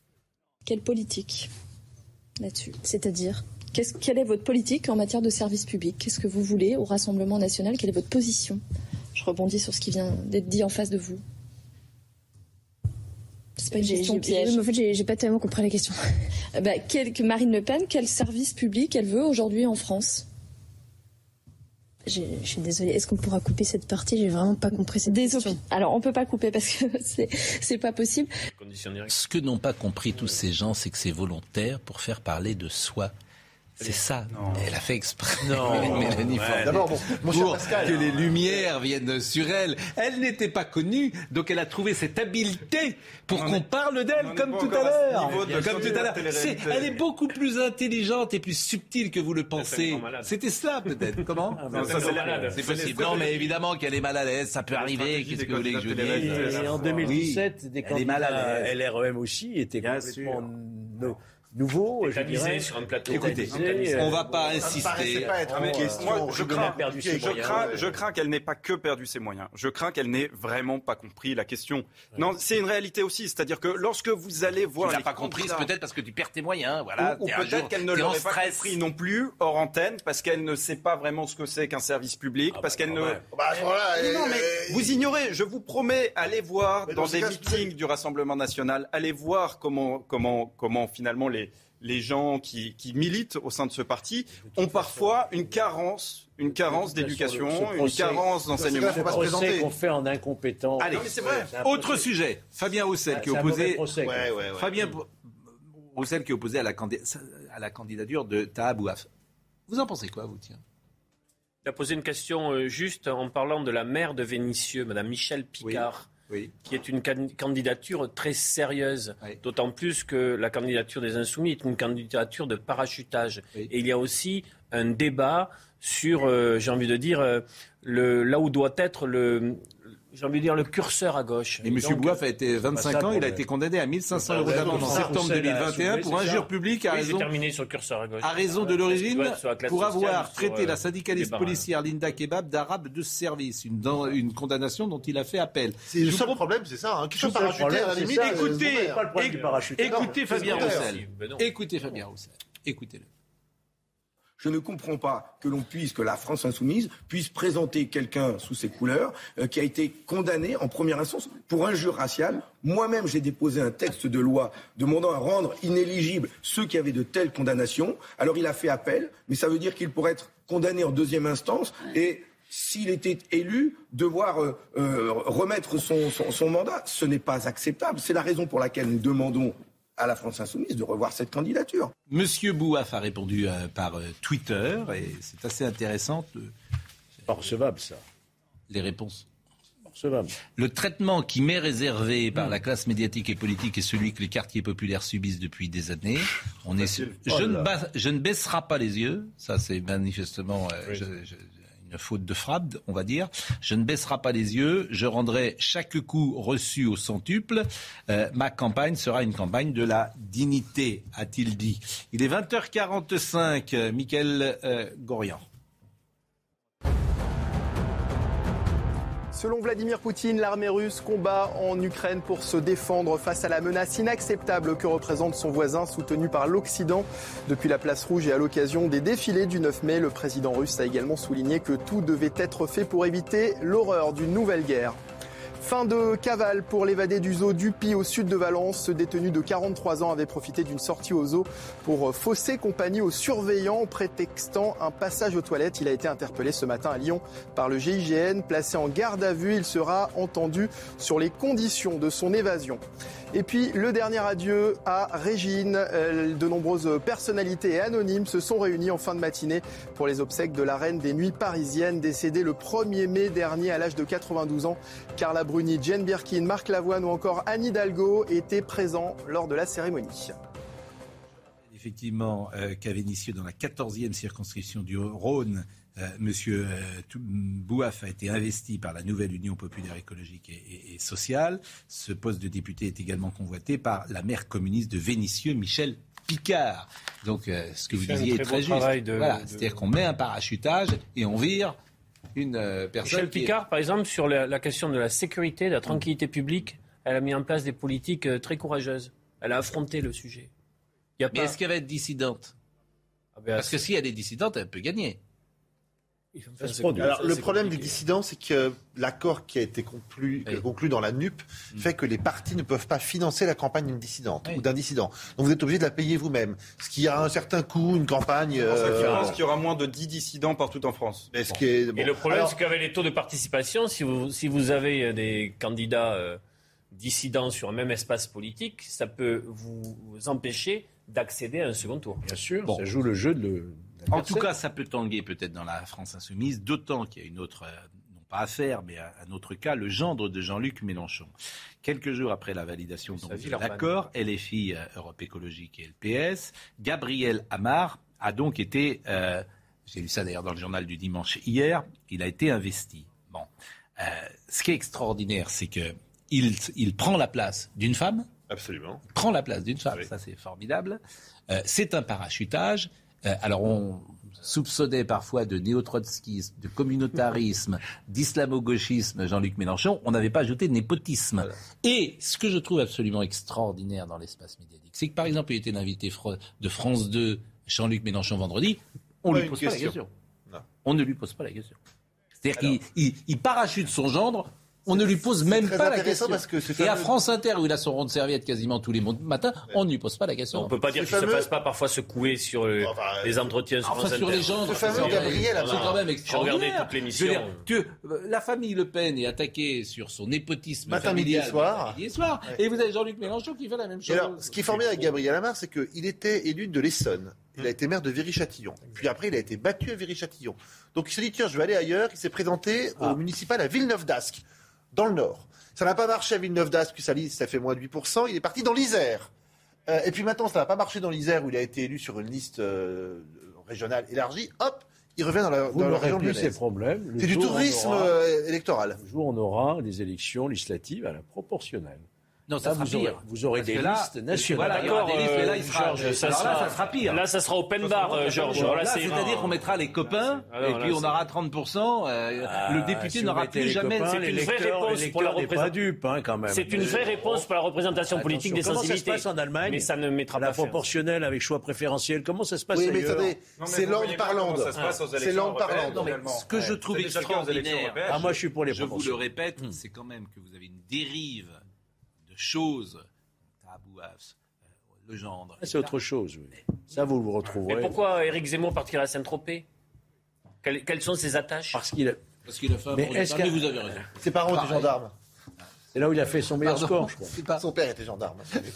[SPEAKER 16] Quelle politique là-dessus ? C'est-à-dire ? Qu'est-ce, quelle est votre politique en matière de service public ? Qu'est-ce que vous voulez au Rassemblement National ? Quelle est votre position ? Je rebondis sur ce qui vient d'être dit en face de vous. C'est pas une
[SPEAKER 17] j'ai,
[SPEAKER 16] question
[SPEAKER 17] j'ai,
[SPEAKER 16] piège.
[SPEAKER 17] En fait, j'ai, j'ai pas tellement compris la question.
[SPEAKER 16] bah, quel, que Marine Le Pen, quel service public elle veut aujourd'hui en France ?
[SPEAKER 17] Je, je suis désolée. Est-ce qu'on pourra couper cette partie ? J'ai vraiment pas compris cette
[SPEAKER 16] Désolé.
[SPEAKER 17] question.
[SPEAKER 16] Alors, on peut pas couper parce que c'est, c'est pas possible.
[SPEAKER 2] Ce que n'ont pas compris tous ces gens, c'est que c'est volontaire pour faire parler de soi. C'est ça. Non. Elle a fait exprès.
[SPEAKER 8] Non.
[SPEAKER 2] Mélanie
[SPEAKER 8] ouais,
[SPEAKER 2] Fortier.
[SPEAKER 3] D'abord, bon, mon cher Pascal,
[SPEAKER 2] que les lumières viennent sur elle. Elle n'était pas connue, donc elle a trouvé cette habileté pour qu'on parle d'elle comme tout à l'heure. Comme tout à l'heure. C'est, elle est beaucoup plus intelligente et plus subtile que vous le pensez. C'était cela peut-être. Comment
[SPEAKER 7] ah, ben, ça, c'est, malade.
[SPEAKER 2] c'est possible. Non, mais évidemment qu'elle est mal à l'aise. Ça peut arriver. Qu'est-ce que vous voulez que je vous dise ?
[SPEAKER 8] Et en deux mille dix-sept, oui, des candidats L R E M aussi étaient Bien complètement no, nouveaux.
[SPEAKER 7] Je dirais sur un plateau.
[SPEAKER 2] Écoutez, on ne va pas insister.
[SPEAKER 3] Pas être une question.
[SPEAKER 5] Moi, je crains, je crains, je crains qu'elle n'ait pas que perdu ses moyens. Je crains qu'elle n'ait vraiment pas compris la question. Ouais. Non, c'est une réalité aussi. C'est-à-dire que lorsque vous allez voir,
[SPEAKER 2] tu n'as pas compris, c'est peut-être parce que tu perds tes moyens. Voilà.
[SPEAKER 5] Ou, ou peut-être jour, qu'elle ne l'aurait pas compris non plus hors antenne, parce qu'elle ne sait pas vraiment ce que c'est qu'un service public, ah parce bah, qu'elle ne.
[SPEAKER 3] Bah, voilà,
[SPEAKER 5] non, mais euh, vous ignorez. Je vous promets, allez voir dans, dans des meetings du Rassemblement National, allez voir comment, comment, comment finalement les les gens qui, qui militent au sein de ce parti ont parfois une carence, une carence d'éducation, une carence d'enseignement.
[SPEAKER 8] C'est pas ce procès qu'on fait en incompétent.
[SPEAKER 2] Allez,
[SPEAKER 5] non, mais c'est vrai.
[SPEAKER 2] Autre sujet. Fabien Roussel qui est opposé.
[SPEAKER 3] Ouais, ouais, ouais.
[SPEAKER 2] Fabien Roussel qui est opposé à la, candid- à la candidature de Taha Bouaf. Vous en pensez quoi, vous, tiens ?
[SPEAKER 7] Il a posé une question euh, juste en parlant de la maire de Vénissieux, Mme Michèle Picard, oui, oui. qui est une can- candidature très sérieuse, oui. d'autant plus que la candidature des Insoumis est une candidature de parachutage. Oui. Et il y a aussi un débat sur, euh, j'ai envie de dire, euh, le, là où doit être le... J'ai envie de dire le curseur à gauche.
[SPEAKER 2] Et, et M. Bouaf a été vingt-cinq ans, il a été condamné à mille cinq cents euros d'amende en septembre deux mille vingt et un pour injure publique à
[SPEAKER 7] oui,
[SPEAKER 2] raison,
[SPEAKER 7] terminé sur le curseur à gauche.
[SPEAKER 2] à raison de l'origine pour avoir traité
[SPEAKER 7] sur, euh,
[SPEAKER 2] la syndicaliste policière Linda Kebab d'arabe de service. Une, dans, une condamnation dont il a fait appel.
[SPEAKER 3] C'est le seul pro... problème, c'est ça. Hein, qui peut parachuter à la limite.
[SPEAKER 2] Ça, écoutez, écoutez, écoutez Fabien Roussel. Écoutez Fabien Roussel. Écoutez-le.
[SPEAKER 18] Je ne comprends pas que l'on puisse, que la France insoumise puisse présenter quelqu'un sous ses couleurs euh, qui a été condamné en première instance pour injure raciale. Moi-même, j'ai déposé un texte de loi demandant à rendre inéligibles ceux qui avaient de telles condamnations. Alors il a fait appel, mais ça veut dire qu'il pourrait être condamné en deuxième instance et s'il était élu, devoir euh, euh, remettre son, son, son mandat. Ce n'est pas acceptable. C'est la raison pour laquelle nous demandons à la France insoumise de revoir cette candidature.
[SPEAKER 2] Monsieur Bouaf a répondu euh, par euh, Twitter et c'est assez intéressant. De...
[SPEAKER 8] Pas recevable, ça.
[SPEAKER 2] Les réponses.
[SPEAKER 8] Pas recevable.
[SPEAKER 2] Le traitement qui m'est réservé par mmh. la classe médiatique et politique est celui que les quartiers populaires subissent depuis des années. On est sur... je, ne ba... je ne baisserai pas les yeux. Ça, c'est manifestement... Euh, oui. je, je... une faute de frappe, on va dire. Je ne baisserai pas les yeux, je rendrai chaque coup reçu au centuple. Euh, ma campagne sera une campagne de la dignité, a-t-il dit. Il est vingt heures quarante-cinq, euh, Mickaël euh, Gorian.
[SPEAKER 10] Selon Vladimir Poutine, l'armée russe combat en Ukraine pour se défendre face à la menace inacceptable que représente son voisin soutenu par l'Occident. Depuis la place Rouge et à l'occasion des défilés du neuf mai, le président russe a également souligné que tout devait être fait pour éviter l'horreur d'une nouvelle guerre. Fin de cavale pour l'évadé du zoo d'Upi au sud de Valence. Ce détenu de quarante-trois ans avait profité d'une sortie au zoo pour fausser compagnie aux surveillants prétextant un passage aux toilettes. Il a été interpellé ce matin à Lyon par le G I G N. Placé en garde à vue, il sera entendu sur les conditions de son évasion. Et puis le dernier adieu à Régine. De nombreuses personnalités et anonymes se sont réunies en fin de matinée pour les obsèques de la reine des nuits parisiennes, décédée le premier mai dernier à l'âge de quatre-vingt-douze ans. Carla Bruni, Jane Birkin, Marc Lavoine ou encore Anne Hidalgo étaient présents lors de la cérémonie.
[SPEAKER 2] Effectivement, euh, qu'à Vénissieux, dans la quatorzième circonscription du Rhône, euh, Monsieur euh, Bouaf a été investi par la nouvelle Union populaire écologique et, et, et sociale. Ce poste de député est également convoité par la maire communiste de Vénissieux, Michèle Picard. Donc, euh, ce que vous disiez est très juste.
[SPEAKER 7] De,
[SPEAKER 2] voilà,
[SPEAKER 7] de...
[SPEAKER 2] C'est-à-dire qu'on met un parachutage et on vire une euh, personne.
[SPEAKER 7] Michèle Picard, est... par exemple, sur la, la question de la sécurité, de la tranquillité publique, elle a mis en place des politiques euh, très courageuses. Elle a affronté le sujet.
[SPEAKER 2] Y a Mais pas... est-ce qu'elle va être dissidente ? ah ben, Parce c'est... que si elle est dissidente, elle peut gagner.
[SPEAKER 3] Alors, le problème des dissidents, c'est que l'accord qui a été conclu, oui. conclu dans la N U P mmh. fait que les partis ne peuvent pas financer la campagne d'une dissidente oui. ou d'un dissident. Donc vous êtes obligé de la payer vous-même. Ce qui a un certain coût, une campagne...
[SPEAKER 5] Euh... Je pense qu'il y aura moins de dix dissidents partout en France.
[SPEAKER 7] Bon. Est, bon. Et le problème, Alors... c'est qu'avec les taux de participation, si vous, si vous avez des candidats euh, dissidents sur un même espace politique, ça peut vous, vous empêcher d'accéder à un second tour.
[SPEAKER 8] Bien sûr, bon. Ça joue le jeu de... Le...
[SPEAKER 2] En tout cas, ça peut tanguer peut-être dans la France insoumise, d'autant qu'il y a une autre, euh, non pas affaire, mais un, un autre cas, le gendre de Jean-Luc Mélenchon. Quelques jours après la validation donc, de l'accord, L F I, euh, Europe Écologique et L P S, Gabriel Amar a donc été, euh, j'ai lu ça d'ailleurs dans le journal du dimanche hier, il a été investi. Bon, euh, ce qui est extraordinaire, c'est que il, il prend la place d'une femme.
[SPEAKER 3] Absolument.
[SPEAKER 2] Il prend la place d'une femme, oui. Ça c'est formidable. Euh, c'est un parachutage. Euh, alors on soupçonnait parfois de néo-trotskisme, de communautarisme, d'islamo-gauchisme Jean-Luc Mélenchon. On n'avait pas ajouté de népotisme. Voilà. Et ce que je trouve absolument extraordinaire dans l'espace médiatique, c'est que par exemple, il était l'invité de France deux, Jean-Luc Mélenchon vendredi, on ne lui pose pas la question. Non. On ne lui pose pas la question. C'est-à-dire alors... qu'il il, il parachute son gendre. On ne lui pose même
[SPEAKER 3] très
[SPEAKER 2] pas la
[SPEAKER 3] intéressant
[SPEAKER 2] question.
[SPEAKER 3] parce que ce
[SPEAKER 2] Et à
[SPEAKER 3] fameux-
[SPEAKER 2] France Inter, où il a son rond de serviette quasiment tous les matins, on ne lui pose pas la question.
[SPEAKER 7] On ne peut pas dire qu'il ne
[SPEAKER 3] fameux-
[SPEAKER 7] se fasse pas parfois secouer sur euh,
[SPEAKER 3] Enfin,
[SPEAKER 7] les entretiens sur
[SPEAKER 2] Enfin,
[SPEAKER 7] France
[SPEAKER 2] sur
[SPEAKER 7] Inter.
[SPEAKER 2] les gens,
[SPEAKER 3] Ce fameux
[SPEAKER 2] c'est
[SPEAKER 3] Gabriel,
[SPEAKER 2] c'est quand même
[SPEAKER 7] J'ai
[SPEAKER 2] extraordinaire.
[SPEAKER 7] regardé toute l'émission.
[SPEAKER 2] Je veux dire, tu- euh, la famille Le Pen est attaquée sur son népotisme
[SPEAKER 3] Matin, midi
[SPEAKER 2] familial.
[SPEAKER 3] et soir.
[SPEAKER 2] matin, midi et soir.
[SPEAKER 3] Ouais.
[SPEAKER 2] Et vous avez Jean-Luc Mélenchon qui fait la même
[SPEAKER 3] Et
[SPEAKER 2] chose.
[SPEAKER 3] alors, ce qui est formidable avec Gabriel Amar, c'est qu'il était élu de l'Essonne. Il a été maire de Viry-Châtillon. Puis après, il a été battu à Viry-Châtillon. Donc il s'est dit, tiens, je vais aller ailleurs. Il s'est présenté
[SPEAKER 8] Ah.
[SPEAKER 3] au municipal à Villeneuve-d'Ascq, dans le Nord. Ça n'a pas marché à Villeneuve-d'Ascq, puis sa liste, ça fait moins de huit pour cent. Il est parti dans l'Isère. Euh, et puis maintenant, ça n'a pas marché dans l'Isère, où il a été élu sur une liste euh, régionale élargie. Hop, il revient dans la,
[SPEAKER 8] Vous
[SPEAKER 3] dans la
[SPEAKER 8] n'aurez
[SPEAKER 3] région
[SPEAKER 8] plus
[SPEAKER 3] lyonnaise.
[SPEAKER 8] ces problèmes. Le
[SPEAKER 3] C'est du
[SPEAKER 8] jour où on
[SPEAKER 3] tourisme
[SPEAKER 8] aura-
[SPEAKER 3] euh, électoral.
[SPEAKER 8] Le jour où on aura des élections législatives à la proportionnelle.
[SPEAKER 2] Non, ça
[SPEAKER 8] Là,
[SPEAKER 2] sera
[SPEAKER 8] vous aurez,
[SPEAKER 2] pire.
[SPEAKER 8] vous aurez
[SPEAKER 2] Parce
[SPEAKER 8] des
[SPEAKER 2] que là,
[SPEAKER 8] listes nationales.
[SPEAKER 2] voilà, il y aura des listes, mais là, il
[SPEAKER 7] euh,
[SPEAKER 2] sera,
[SPEAKER 7] Georges, ça
[SPEAKER 2] alors là,
[SPEAKER 7] sera-
[SPEAKER 2] ça sera pire.
[SPEAKER 7] Là, ça sera open bar, euh, Georges.
[SPEAKER 2] Là,
[SPEAKER 7] Là, ça ira.
[SPEAKER 2] c'est-à-dire qu'on mettra les copains,
[SPEAKER 7] Ah non,
[SPEAKER 2] et
[SPEAKER 7] là,
[SPEAKER 2] puis on
[SPEAKER 7] c'est-
[SPEAKER 2] aura trente pour cent. euh,
[SPEAKER 8] Ah,
[SPEAKER 2] le député
[SPEAKER 8] si vous
[SPEAKER 2] n'aura
[SPEAKER 8] mettez
[SPEAKER 2] plus
[SPEAKER 8] les
[SPEAKER 2] jamais.
[SPEAKER 8] copains,
[SPEAKER 2] C'est
[SPEAKER 8] les
[SPEAKER 2] une vraie
[SPEAKER 8] lecteurs-
[SPEAKER 7] réponse
[SPEAKER 8] les
[SPEAKER 7] pour la
[SPEAKER 8] lecteurs n'est pas
[SPEAKER 7] représentation.
[SPEAKER 8] dupe, hein, quand même.
[SPEAKER 7] C'est une vraie réponse pour la représentation politique des
[SPEAKER 8] Attention, comment
[SPEAKER 7] sensibilités.
[SPEAKER 8] ça se passe en Allemagne?
[SPEAKER 7] Mais ça ne mettra
[SPEAKER 8] La
[SPEAKER 7] pas fin.
[SPEAKER 8] proportionnelle avec choix préférentiel, comment ça se passe
[SPEAKER 3] Oui, mais
[SPEAKER 8] ailleurs?
[SPEAKER 3] attendez, c'est langue parlante.
[SPEAKER 5] Ça se passe aux
[SPEAKER 3] C'est
[SPEAKER 5] élections
[SPEAKER 3] langue
[SPEAKER 5] européennes,
[SPEAKER 3] parlante.
[SPEAKER 2] Non, mais
[SPEAKER 5] finalement.
[SPEAKER 2] ce que je
[SPEAKER 5] Ouais.
[SPEAKER 2] trouve
[SPEAKER 5] C'est déjà le cas aux élections
[SPEAKER 2] extraordinaire,
[SPEAKER 5] européennes.
[SPEAKER 8] Ah, moi, je suis pour les
[SPEAKER 2] je vous le
[SPEAKER 8] proportions.
[SPEAKER 2] répète, c'est quand même que vous avez une dérive de choses. Tabouas, le gendre.
[SPEAKER 8] Ah, c'est autre chose, oui. Ça, vous le retrouverez.
[SPEAKER 7] Mais pourquoi Éric Zemmour partirait à Saint-Tropez quelles, quelles sont ses attaches
[SPEAKER 8] Parce qu'il a...
[SPEAKER 2] Parce qu'il a fait un
[SPEAKER 8] Mais
[SPEAKER 2] bon
[SPEAKER 8] est-ce
[SPEAKER 2] résultat,
[SPEAKER 8] qu'à-
[SPEAKER 2] mais vous avez raison.
[SPEAKER 3] Ses parents étaient
[SPEAKER 2] Pareil.
[SPEAKER 3] gendarmes.
[SPEAKER 8] C'est là où il a fait son meilleur
[SPEAKER 2] Pardon.
[SPEAKER 8] score, je crois.
[SPEAKER 2] C'est pas-
[SPEAKER 3] Son père était gendarme.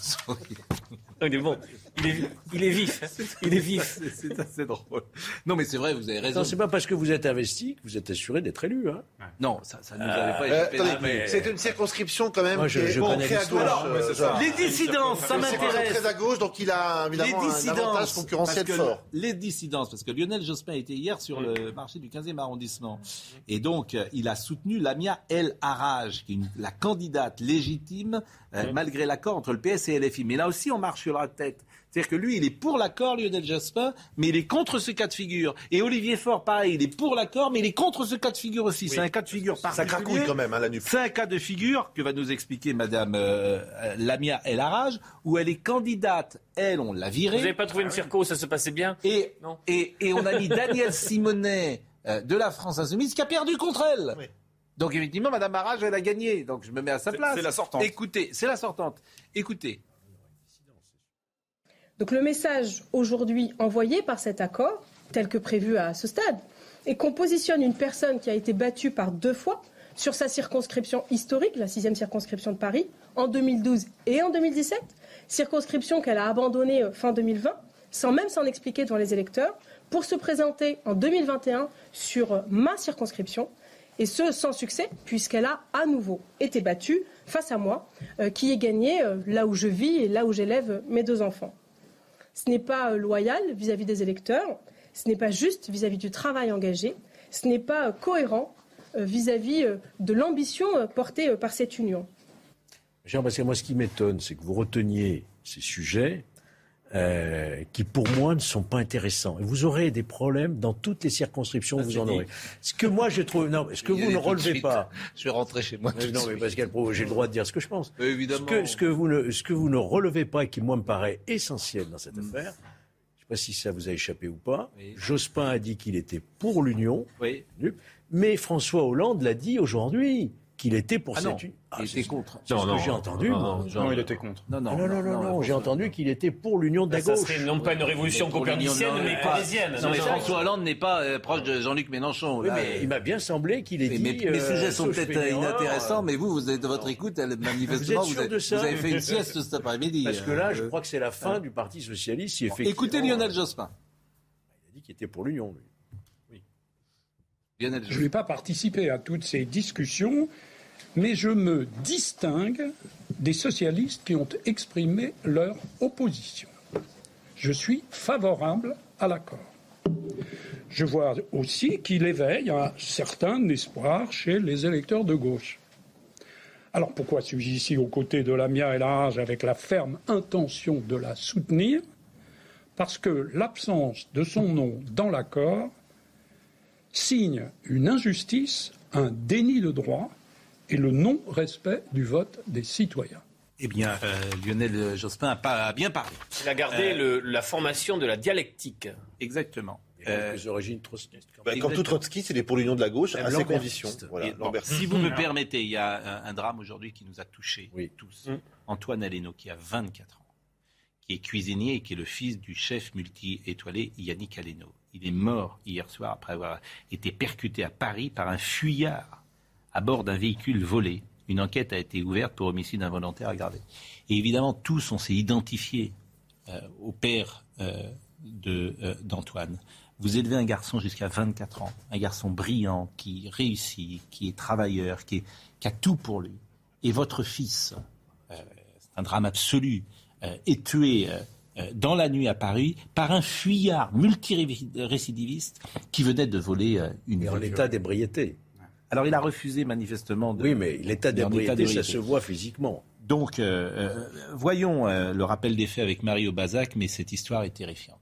[SPEAKER 7] Il est bon. Il est, il est vif. Il est vif.
[SPEAKER 2] C'est c'est assez drôle. Non, mais c'est vrai, vous avez raison.
[SPEAKER 8] Non, c'est pas parce que vous êtes investi que vous êtes assuré d'être élu. Hein.
[SPEAKER 2] Non, ça, ça ne nous avait pas
[SPEAKER 3] Euh,
[SPEAKER 2] échappé.
[SPEAKER 3] attendez,
[SPEAKER 2] Ah, mais-
[SPEAKER 3] c'est une circonscription quand même
[SPEAKER 8] Moi, je-
[SPEAKER 3] qui est
[SPEAKER 8] je
[SPEAKER 3] bon,
[SPEAKER 8] connais
[SPEAKER 3] très à
[SPEAKER 8] l'histoire.
[SPEAKER 3] gauche. euh, genre.
[SPEAKER 2] Les dissidences, ça
[SPEAKER 3] C'est
[SPEAKER 2] m'intéresse.
[SPEAKER 3] très à gauche, donc il a évidemment un avantage concurrentiel
[SPEAKER 2] parce que
[SPEAKER 3] fort.
[SPEAKER 2] Les dissidences, parce que Lionel Jospin était hier sur le marché du quinzième arrondissement. Et donc, euh, il a soutenu Lamia El Harraj, qui est une- la candidate légitime, euh, malgré l'accord entre le P S et L F I. Mais là aussi, on marche sur la tête. C'est-à-dire que lui, il est pour l'accord, Lionel Jospin, mais il est contre ce cas de figure. Et Olivier Faure, pareil, il est pour l'accord, mais il est contre ce cas de figure aussi. C'est un cas de figure
[SPEAKER 3] Ça
[SPEAKER 2] particulier.
[SPEAKER 3] cracouille quand même, hein, la nuque.
[SPEAKER 2] C'est un cas de figure que va nous expliquer Madame euh, euh, Lamia El Harraj, où elle est candidate. Elle, on l'a virée.
[SPEAKER 7] Vous n'avez pas trouvé une circo, ça se passait bien
[SPEAKER 2] Et,
[SPEAKER 7] Non.
[SPEAKER 2] et, et on a mis Daniel Simonet euh, de la France Insoumise qui a perdu contre elle.
[SPEAKER 3] Oui.
[SPEAKER 2] Donc effectivement, Madame Harraj, elle a gagné. Donc je me mets à sa
[SPEAKER 5] C'est-
[SPEAKER 2] place.
[SPEAKER 5] c'est la sortante.
[SPEAKER 2] Écoutez, c'est la sortante. Écoutez.
[SPEAKER 13] Donc le message aujourd'hui envoyé par cet accord, tel que prévu à ce stade, est qu'on positionne une personne qui a été battue par deux fois sur sa circonscription historique, la sixième circonscription de Paris, en deux mille douze et en deux mille dix-sept, circonscription qu'elle a abandonnée euh, fin deux mille vingt, sans même s'en expliquer devant les électeurs, pour se présenter en deux mille vingt et un sur euh, ma circonscription, et ce sans succès, puisqu'elle a à nouveau été battue face à moi, euh, qui ai gagné euh, là où je vis et là où j'élève euh, mes deux enfants. Ce n'est pas euh, loyal vis-à-vis des électeurs, ce n'est pas juste vis-à-vis du travail engagé, ce n'est pas euh, cohérent euh, vis-à-vis euh, de l'ambition euh, portée euh, par cette union.
[SPEAKER 8] Jean, parce que moi, ce qui m'étonne, c'est que vous reteniez ces sujets euh, qui, pour moi, ne sont pas intéressants. Et vous aurez des problèmes dans toutes les circonscriptions,
[SPEAKER 2] Ça,
[SPEAKER 8] vous
[SPEAKER 2] c'est
[SPEAKER 8] en
[SPEAKER 2] dit.
[SPEAKER 8] aurez. Ce que moi, je trouve... Non, ce que
[SPEAKER 2] Il y
[SPEAKER 8] vous
[SPEAKER 2] allait
[SPEAKER 8] ne
[SPEAKER 2] tout de
[SPEAKER 8] relevez
[SPEAKER 2] suite.
[SPEAKER 8] pas...
[SPEAKER 2] Je vais rentrer chez moi.
[SPEAKER 8] Mais
[SPEAKER 2] tout de
[SPEAKER 8] non, mais
[SPEAKER 2] suite.
[SPEAKER 8] parce que j'ai le droit de dire ce que je pense.
[SPEAKER 2] Oui, évidemment.
[SPEAKER 8] Ce que, ce que vous ne, ce que vous ne relevez pas et qui, moi, me paraît essentiel dans cette affaire, je ne sais pas si ça vous a échappé ou pas,
[SPEAKER 2] Oui.
[SPEAKER 8] Jospin a dit qu'il était pour l'Union,
[SPEAKER 2] Oui.
[SPEAKER 8] mais François Hollande l'a dit aujourd'hui, qu'il était pour
[SPEAKER 2] Ah non,
[SPEAKER 8] cette Union. Ah,
[SPEAKER 2] il
[SPEAKER 8] c'est
[SPEAKER 2] était
[SPEAKER 8] ce-
[SPEAKER 2] contre.
[SPEAKER 8] C'est ce que j'ai entendu, moi.
[SPEAKER 5] Non, il était contre.
[SPEAKER 2] Non, non,
[SPEAKER 8] Non, non, non, non, j'ai entendu qu'il était pour l'Union de la
[SPEAKER 7] Ça
[SPEAKER 8] gauche.
[SPEAKER 7] serait non pas une révolution
[SPEAKER 2] Pour l'Union,
[SPEAKER 7] copernicienne,
[SPEAKER 2] non,
[SPEAKER 7] mais
[SPEAKER 2] pas-
[SPEAKER 7] parisienne.
[SPEAKER 2] Non, mais
[SPEAKER 7] Non,
[SPEAKER 2] François Hollande n'est pas euh, proche de Jean-Luc Mélenchon.
[SPEAKER 8] Oui,
[SPEAKER 2] là,
[SPEAKER 8] mais
[SPEAKER 2] euh,
[SPEAKER 8] il m'a bien semblé qu'il ait
[SPEAKER 2] mais
[SPEAKER 8] dit...
[SPEAKER 2] mes, mes
[SPEAKER 8] euh,
[SPEAKER 2] sujets sont
[SPEAKER 8] sauf
[SPEAKER 2] peut-être
[SPEAKER 8] une erreur,
[SPEAKER 2] inintéressants,
[SPEAKER 8] euh,
[SPEAKER 2] mais vous, vous êtes de votre écoute, elle, manifestement,
[SPEAKER 8] Vous êtes sûr
[SPEAKER 2] avez,
[SPEAKER 8] de ça
[SPEAKER 2] vous avez fait une sieste cet après-midi.
[SPEAKER 8] Parce que là, je
[SPEAKER 2] Euh,
[SPEAKER 8] crois que c'est la fin du Parti Socialiste. Si effectivement,
[SPEAKER 2] Écoutez Lionel Jospin.
[SPEAKER 8] Il a dit qu'il était pour l'Union, lui.
[SPEAKER 2] Lionel
[SPEAKER 19] Je
[SPEAKER 2] Jospin.
[SPEAKER 19] n'ai pas participé à toutes ces discussions, mais je me distingue des socialistes qui ont exprimé leur opposition. Je suis favorable à l'accord. Je vois aussi qu'il éveille un certain espoir chez les électeurs de gauche. Alors pourquoi suis-je ici aux côtés de Lamia El Harraj avec la ferme intention de la soutenir? Parce que l'absence de son nom dans l'accord signe une injustice, un déni de droit et le non-respect du vote des citoyens.
[SPEAKER 2] Eh bien, euh, Lionel Jospin a, pas, a bien parlé.
[SPEAKER 7] Il a gardé
[SPEAKER 2] Euh,
[SPEAKER 7] le- la formation de la dialectique.
[SPEAKER 2] Exactement. Euh,
[SPEAKER 8] les origines trotskistes.
[SPEAKER 3] Bah, comme tout trotskiste, il est pour l'union de la gauche à ses conditions. Voilà,
[SPEAKER 2] bon, si vous me permettez, il y a un, un drame aujourd'hui qui nous a touchés oui. tous. Mmh. Antoine Aleno, qui a vingt-quatre ans, qui est cuisinier et qui est le fils du chef multi-étoilé Yannick Aleno. Il est mort hier soir après avoir été percuté à Paris par un fuyard à bord d'un véhicule volé. Une enquête a été ouverte pour homicide involontaire aggravé. Et évidemment, tous, on s'est identifiés euh, au père euh, de, euh, d'Antoine. Vous élevez un garçon jusqu'à vingt-quatre ans, un garçon brillant, qui réussit, qui est travailleur, qui, est, qui a tout pour lui. Et votre fils, euh, c'est un drame absolu, euh, est tué euh, dans la nuit à Paris par un fuyard multirécidiviste qui venait de voler euh, une
[SPEAKER 8] Et
[SPEAKER 2] voiture.
[SPEAKER 8] en état d'ébriété.
[SPEAKER 2] Alors il a refusé manifestement de...
[SPEAKER 8] Oui, mais l'état d'ébriété, ça se voit physiquement.
[SPEAKER 2] Donc, euh, euh, voyons euh, le rappel des faits avec Marie Aubazac, mais cette histoire est terrifiante.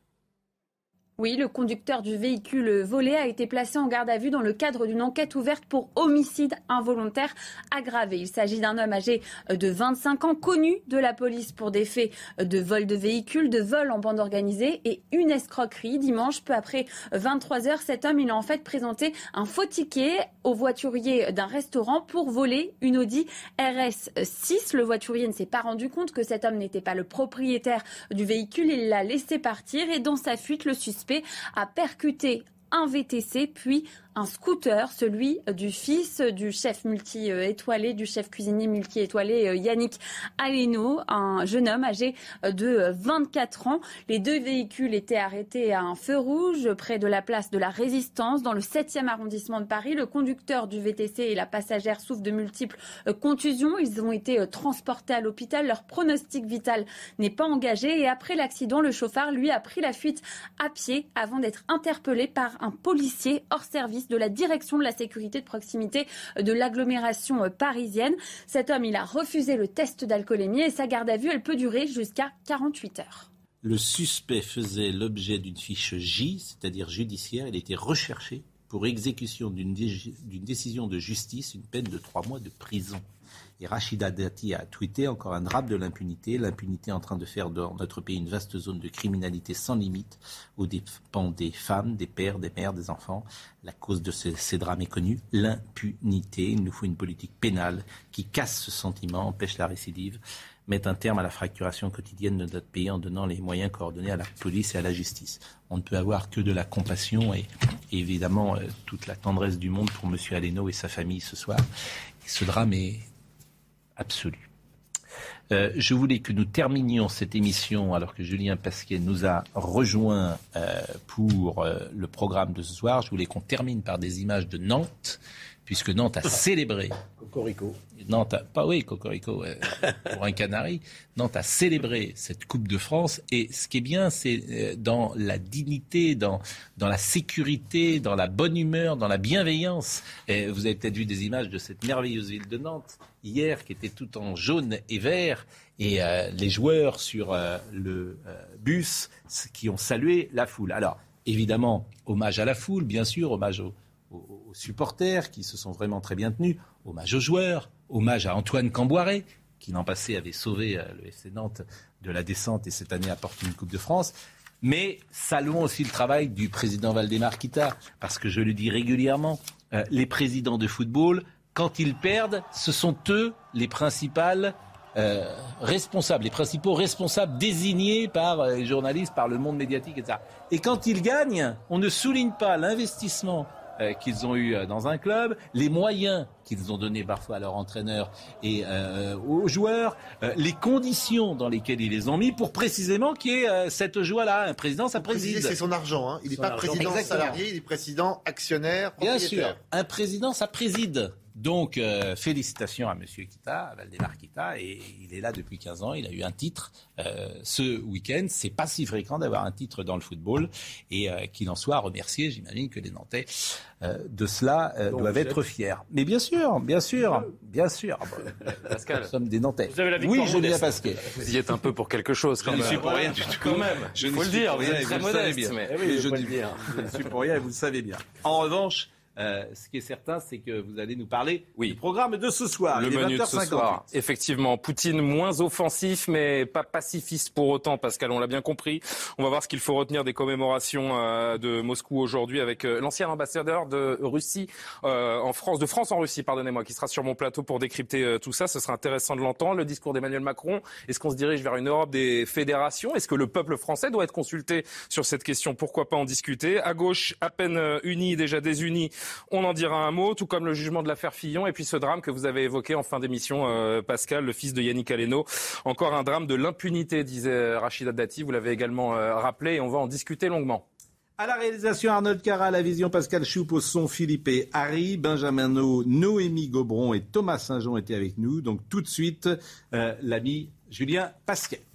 [SPEAKER 9] Oui, le conducteur du véhicule volé a été placé en garde à vue dans le cadre d'une enquête ouverte pour homicide involontaire aggravé. Il s'agit d'un homme âgé de vingt-cinq ans, connu de la police pour des faits de vol de véhicule, de vol en bande organisée et une escroquerie. Dimanche, peu après vingt-trois heures, cet homme, il a en fait présenté un faux ticket au voiturier d'un restaurant pour voler une Audi R S six. Le voiturier ne s'est pas rendu compte que cet homme n'était pas le propriétaire du véhicule. Il l'a laissé partir et dans sa fuite, le suspect a percuté un V T C, puis un scooter, celui du fils du chef multi-étoilé, du chef cuisinier multi-étoilé Yannick Aleno, un jeune homme âgé de vingt-quatre ans. Les deux véhicules étaient arrêtés à un feu rouge près de la place de la Résistance, dans le septième arrondissement de Paris. Le conducteur du V T C et la passagère souffrent de multiples contusions. Ils ont été transportés à l'hôpital. Leur pronostic vital n'est pas engagé. Et après l'accident, le chauffard, lui, a pris la fuite à pied avant d'être interpellé par un policier hors service de la direction de la sécurité de proximité de l'agglomération parisienne. Cet homme, il a refusé le test d'alcoolémie et sa garde à vue, elle peut durer jusqu'à quarante-huit heures.
[SPEAKER 2] Le suspect faisait l'objet d'une fiche J, c'est-à-dire judiciaire. Il était recherché pour exécution d'une, dé- d'une décision de justice, une peine de trois mois de prison. Et Rachida Dati a tweeté encore un drame de l'impunité. L'impunité est en train de faire dans notre pays une vaste zone de criminalité sans limite, aux dépens des femmes, des pères, des mères, des enfants. La cause de ces, ces drames est connue, l'impunité. Il nous faut une politique pénale qui casse ce sentiment, empêche la récidive, met un terme à la fracturation quotidienne de notre pays en donnant les moyens coordonnés à la police et à la justice. On ne peut avoir que de la compassion et, et évidemment euh, toute la tendresse du monde pour M. Aleno et sa famille ce soir. Et ce drame est absolu. Euh, je voulais que nous terminions cette émission alors que Julien Pasquet nous a rejoint euh, pour euh, le programme de ce soir. Je voulais qu'on termine par des images de Nantes, puisque Nantes a célébré.
[SPEAKER 8] Cocorico.
[SPEAKER 2] Nantes a, pas oui, Cocorico, euh, pour un canari. Nantes a célébré cette Coupe de France. Et ce qui est bien, c'est euh, dans la dignité, dans, dans la sécurité, dans la bonne humeur, dans la bienveillance. Et vous avez peut-être vu des images de cette merveilleuse ville de Nantes hier, qui était tout en jaune et vert. Et euh, les joueurs sur euh, le euh, bus qui ont salué la foule. Alors, évidemment, hommage à la foule, bien sûr, hommage aux, aux, aux supporters qui se sont vraiment très bien tenus, hommage aux joueurs, hommage à Antoine Camboiré, qui l'an passé avait sauvé euh, le F C Nantes de la descente et cette année apporte une Coupe de France. Mais saluons aussi le travail du président Valdemar Kita, parce que je le dis régulièrement, euh, les présidents de football, quand ils perdent, ce sont eux les principales euh, responsables, les principaux responsables désignés par euh, les journalistes, par le monde médiatique, et cetera. Et quand ils gagnent, on ne souligne pas l'investissement euh, qu'ils ont eu dans un club, les moyens qu'ils ont donnés parfois à leur entraîneur et euh, aux joueurs, euh, les conditions dans lesquelles ils les ont mis pour précisément qu'il y ait euh, cette joie-là. Un président, ça préside.
[SPEAKER 3] C'est son argent, hein. Il n'est pas
[SPEAKER 2] argent.
[SPEAKER 3] président
[SPEAKER 2] Exactement.
[SPEAKER 3] salarié, il est président actionnaire,
[SPEAKER 2] Bien
[SPEAKER 3] propriétaire.
[SPEAKER 2] sûr, un président, ça préside. Donc, euh, félicitations à M. Kita, à Valdemar Kita, et il est là depuis quinze ans, il a eu un titre euh, ce week-end. C'est pas si fréquent d'avoir un titre dans le football, et euh, qu'il en soit remercié. J'imagine que les Nantais euh, de cela euh, doivent être fiers. Mais bien sûr, bien sûr, bien sûr.
[SPEAKER 4] Pascal,
[SPEAKER 2] nous sommes des Nantais.
[SPEAKER 4] Vous avez la victoire
[SPEAKER 2] oui, Julien
[SPEAKER 4] modeste.
[SPEAKER 2] Pasquet.
[SPEAKER 4] Vous y êtes un peu pour quelque chose quand
[SPEAKER 2] Je
[SPEAKER 4] même.
[SPEAKER 2] ne suis pour rien du tout.
[SPEAKER 4] Quand même,
[SPEAKER 2] je
[SPEAKER 4] faut
[SPEAKER 2] ne
[SPEAKER 4] le
[SPEAKER 2] suis
[SPEAKER 4] dire,
[SPEAKER 2] pour
[SPEAKER 4] vous
[SPEAKER 2] rien,
[SPEAKER 4] êtes très
[SPEAKER 2] vous le savez
[SPEAKER 4] modeste.
[SPEAKER 2] bien.
[SPEAKER 4] Mais...
[SPEAKER 2] Eh oui, je, ne, je ne suis pour rien et vous le savez bien. En revanche, Euh, ce qui est certain, c'est que vous allez nous parler
[SPEAKER 4] oui.
[SPEAKER 2] du programme de ce soir.
[SPEAKER 4] Le
[SPEAKER 2] Il est
[SPEAKER 4] menu de ce soir. Effectivement, Poutine moins offensif, mais pas pacifiste pour autant, Pascal, on l'a bien compris. On va voir ce qu'il faut retenir des commémorations euh, de Moscou aujourd'hui avec euh, l'ancien ambassadeur de Russie euh, en France, de France en Russie, pardonnez-moi, qui sera sur mon plateau pour décrypter euh, tout ça. Ce sera intéressant de l'entendre. Le discours d'Emmanuel Macron. Est-ce qu'on se dirige vers une Europe des fédérations ? Est-ce que le peuple français doit être consulté sur cette question ? Pourquoi pas en discuter ? À gauche, à peine unis, déjà désunis. On en dira un mot, tout comme le jugement de l'affaire Fillon et puis ce drame que vous avez évoqué en fin d'émission, euh, Pascal, le fils de Yannick Aleno. Encore un drame de l'impunité, disait Rachida Dati, vous l'avez également euh, rappelé et on va en discuter longuement.
[SPEAKER 2] À la réalisation, Arnold Cara, à la vision, Pascal Choup, au son, Philippe et Harry, Benjamin No, Noémie Gobron et Thomas Saint-Jean étaient avec nous. Donc tout de suite, euh, l'ami Julien Pasquet.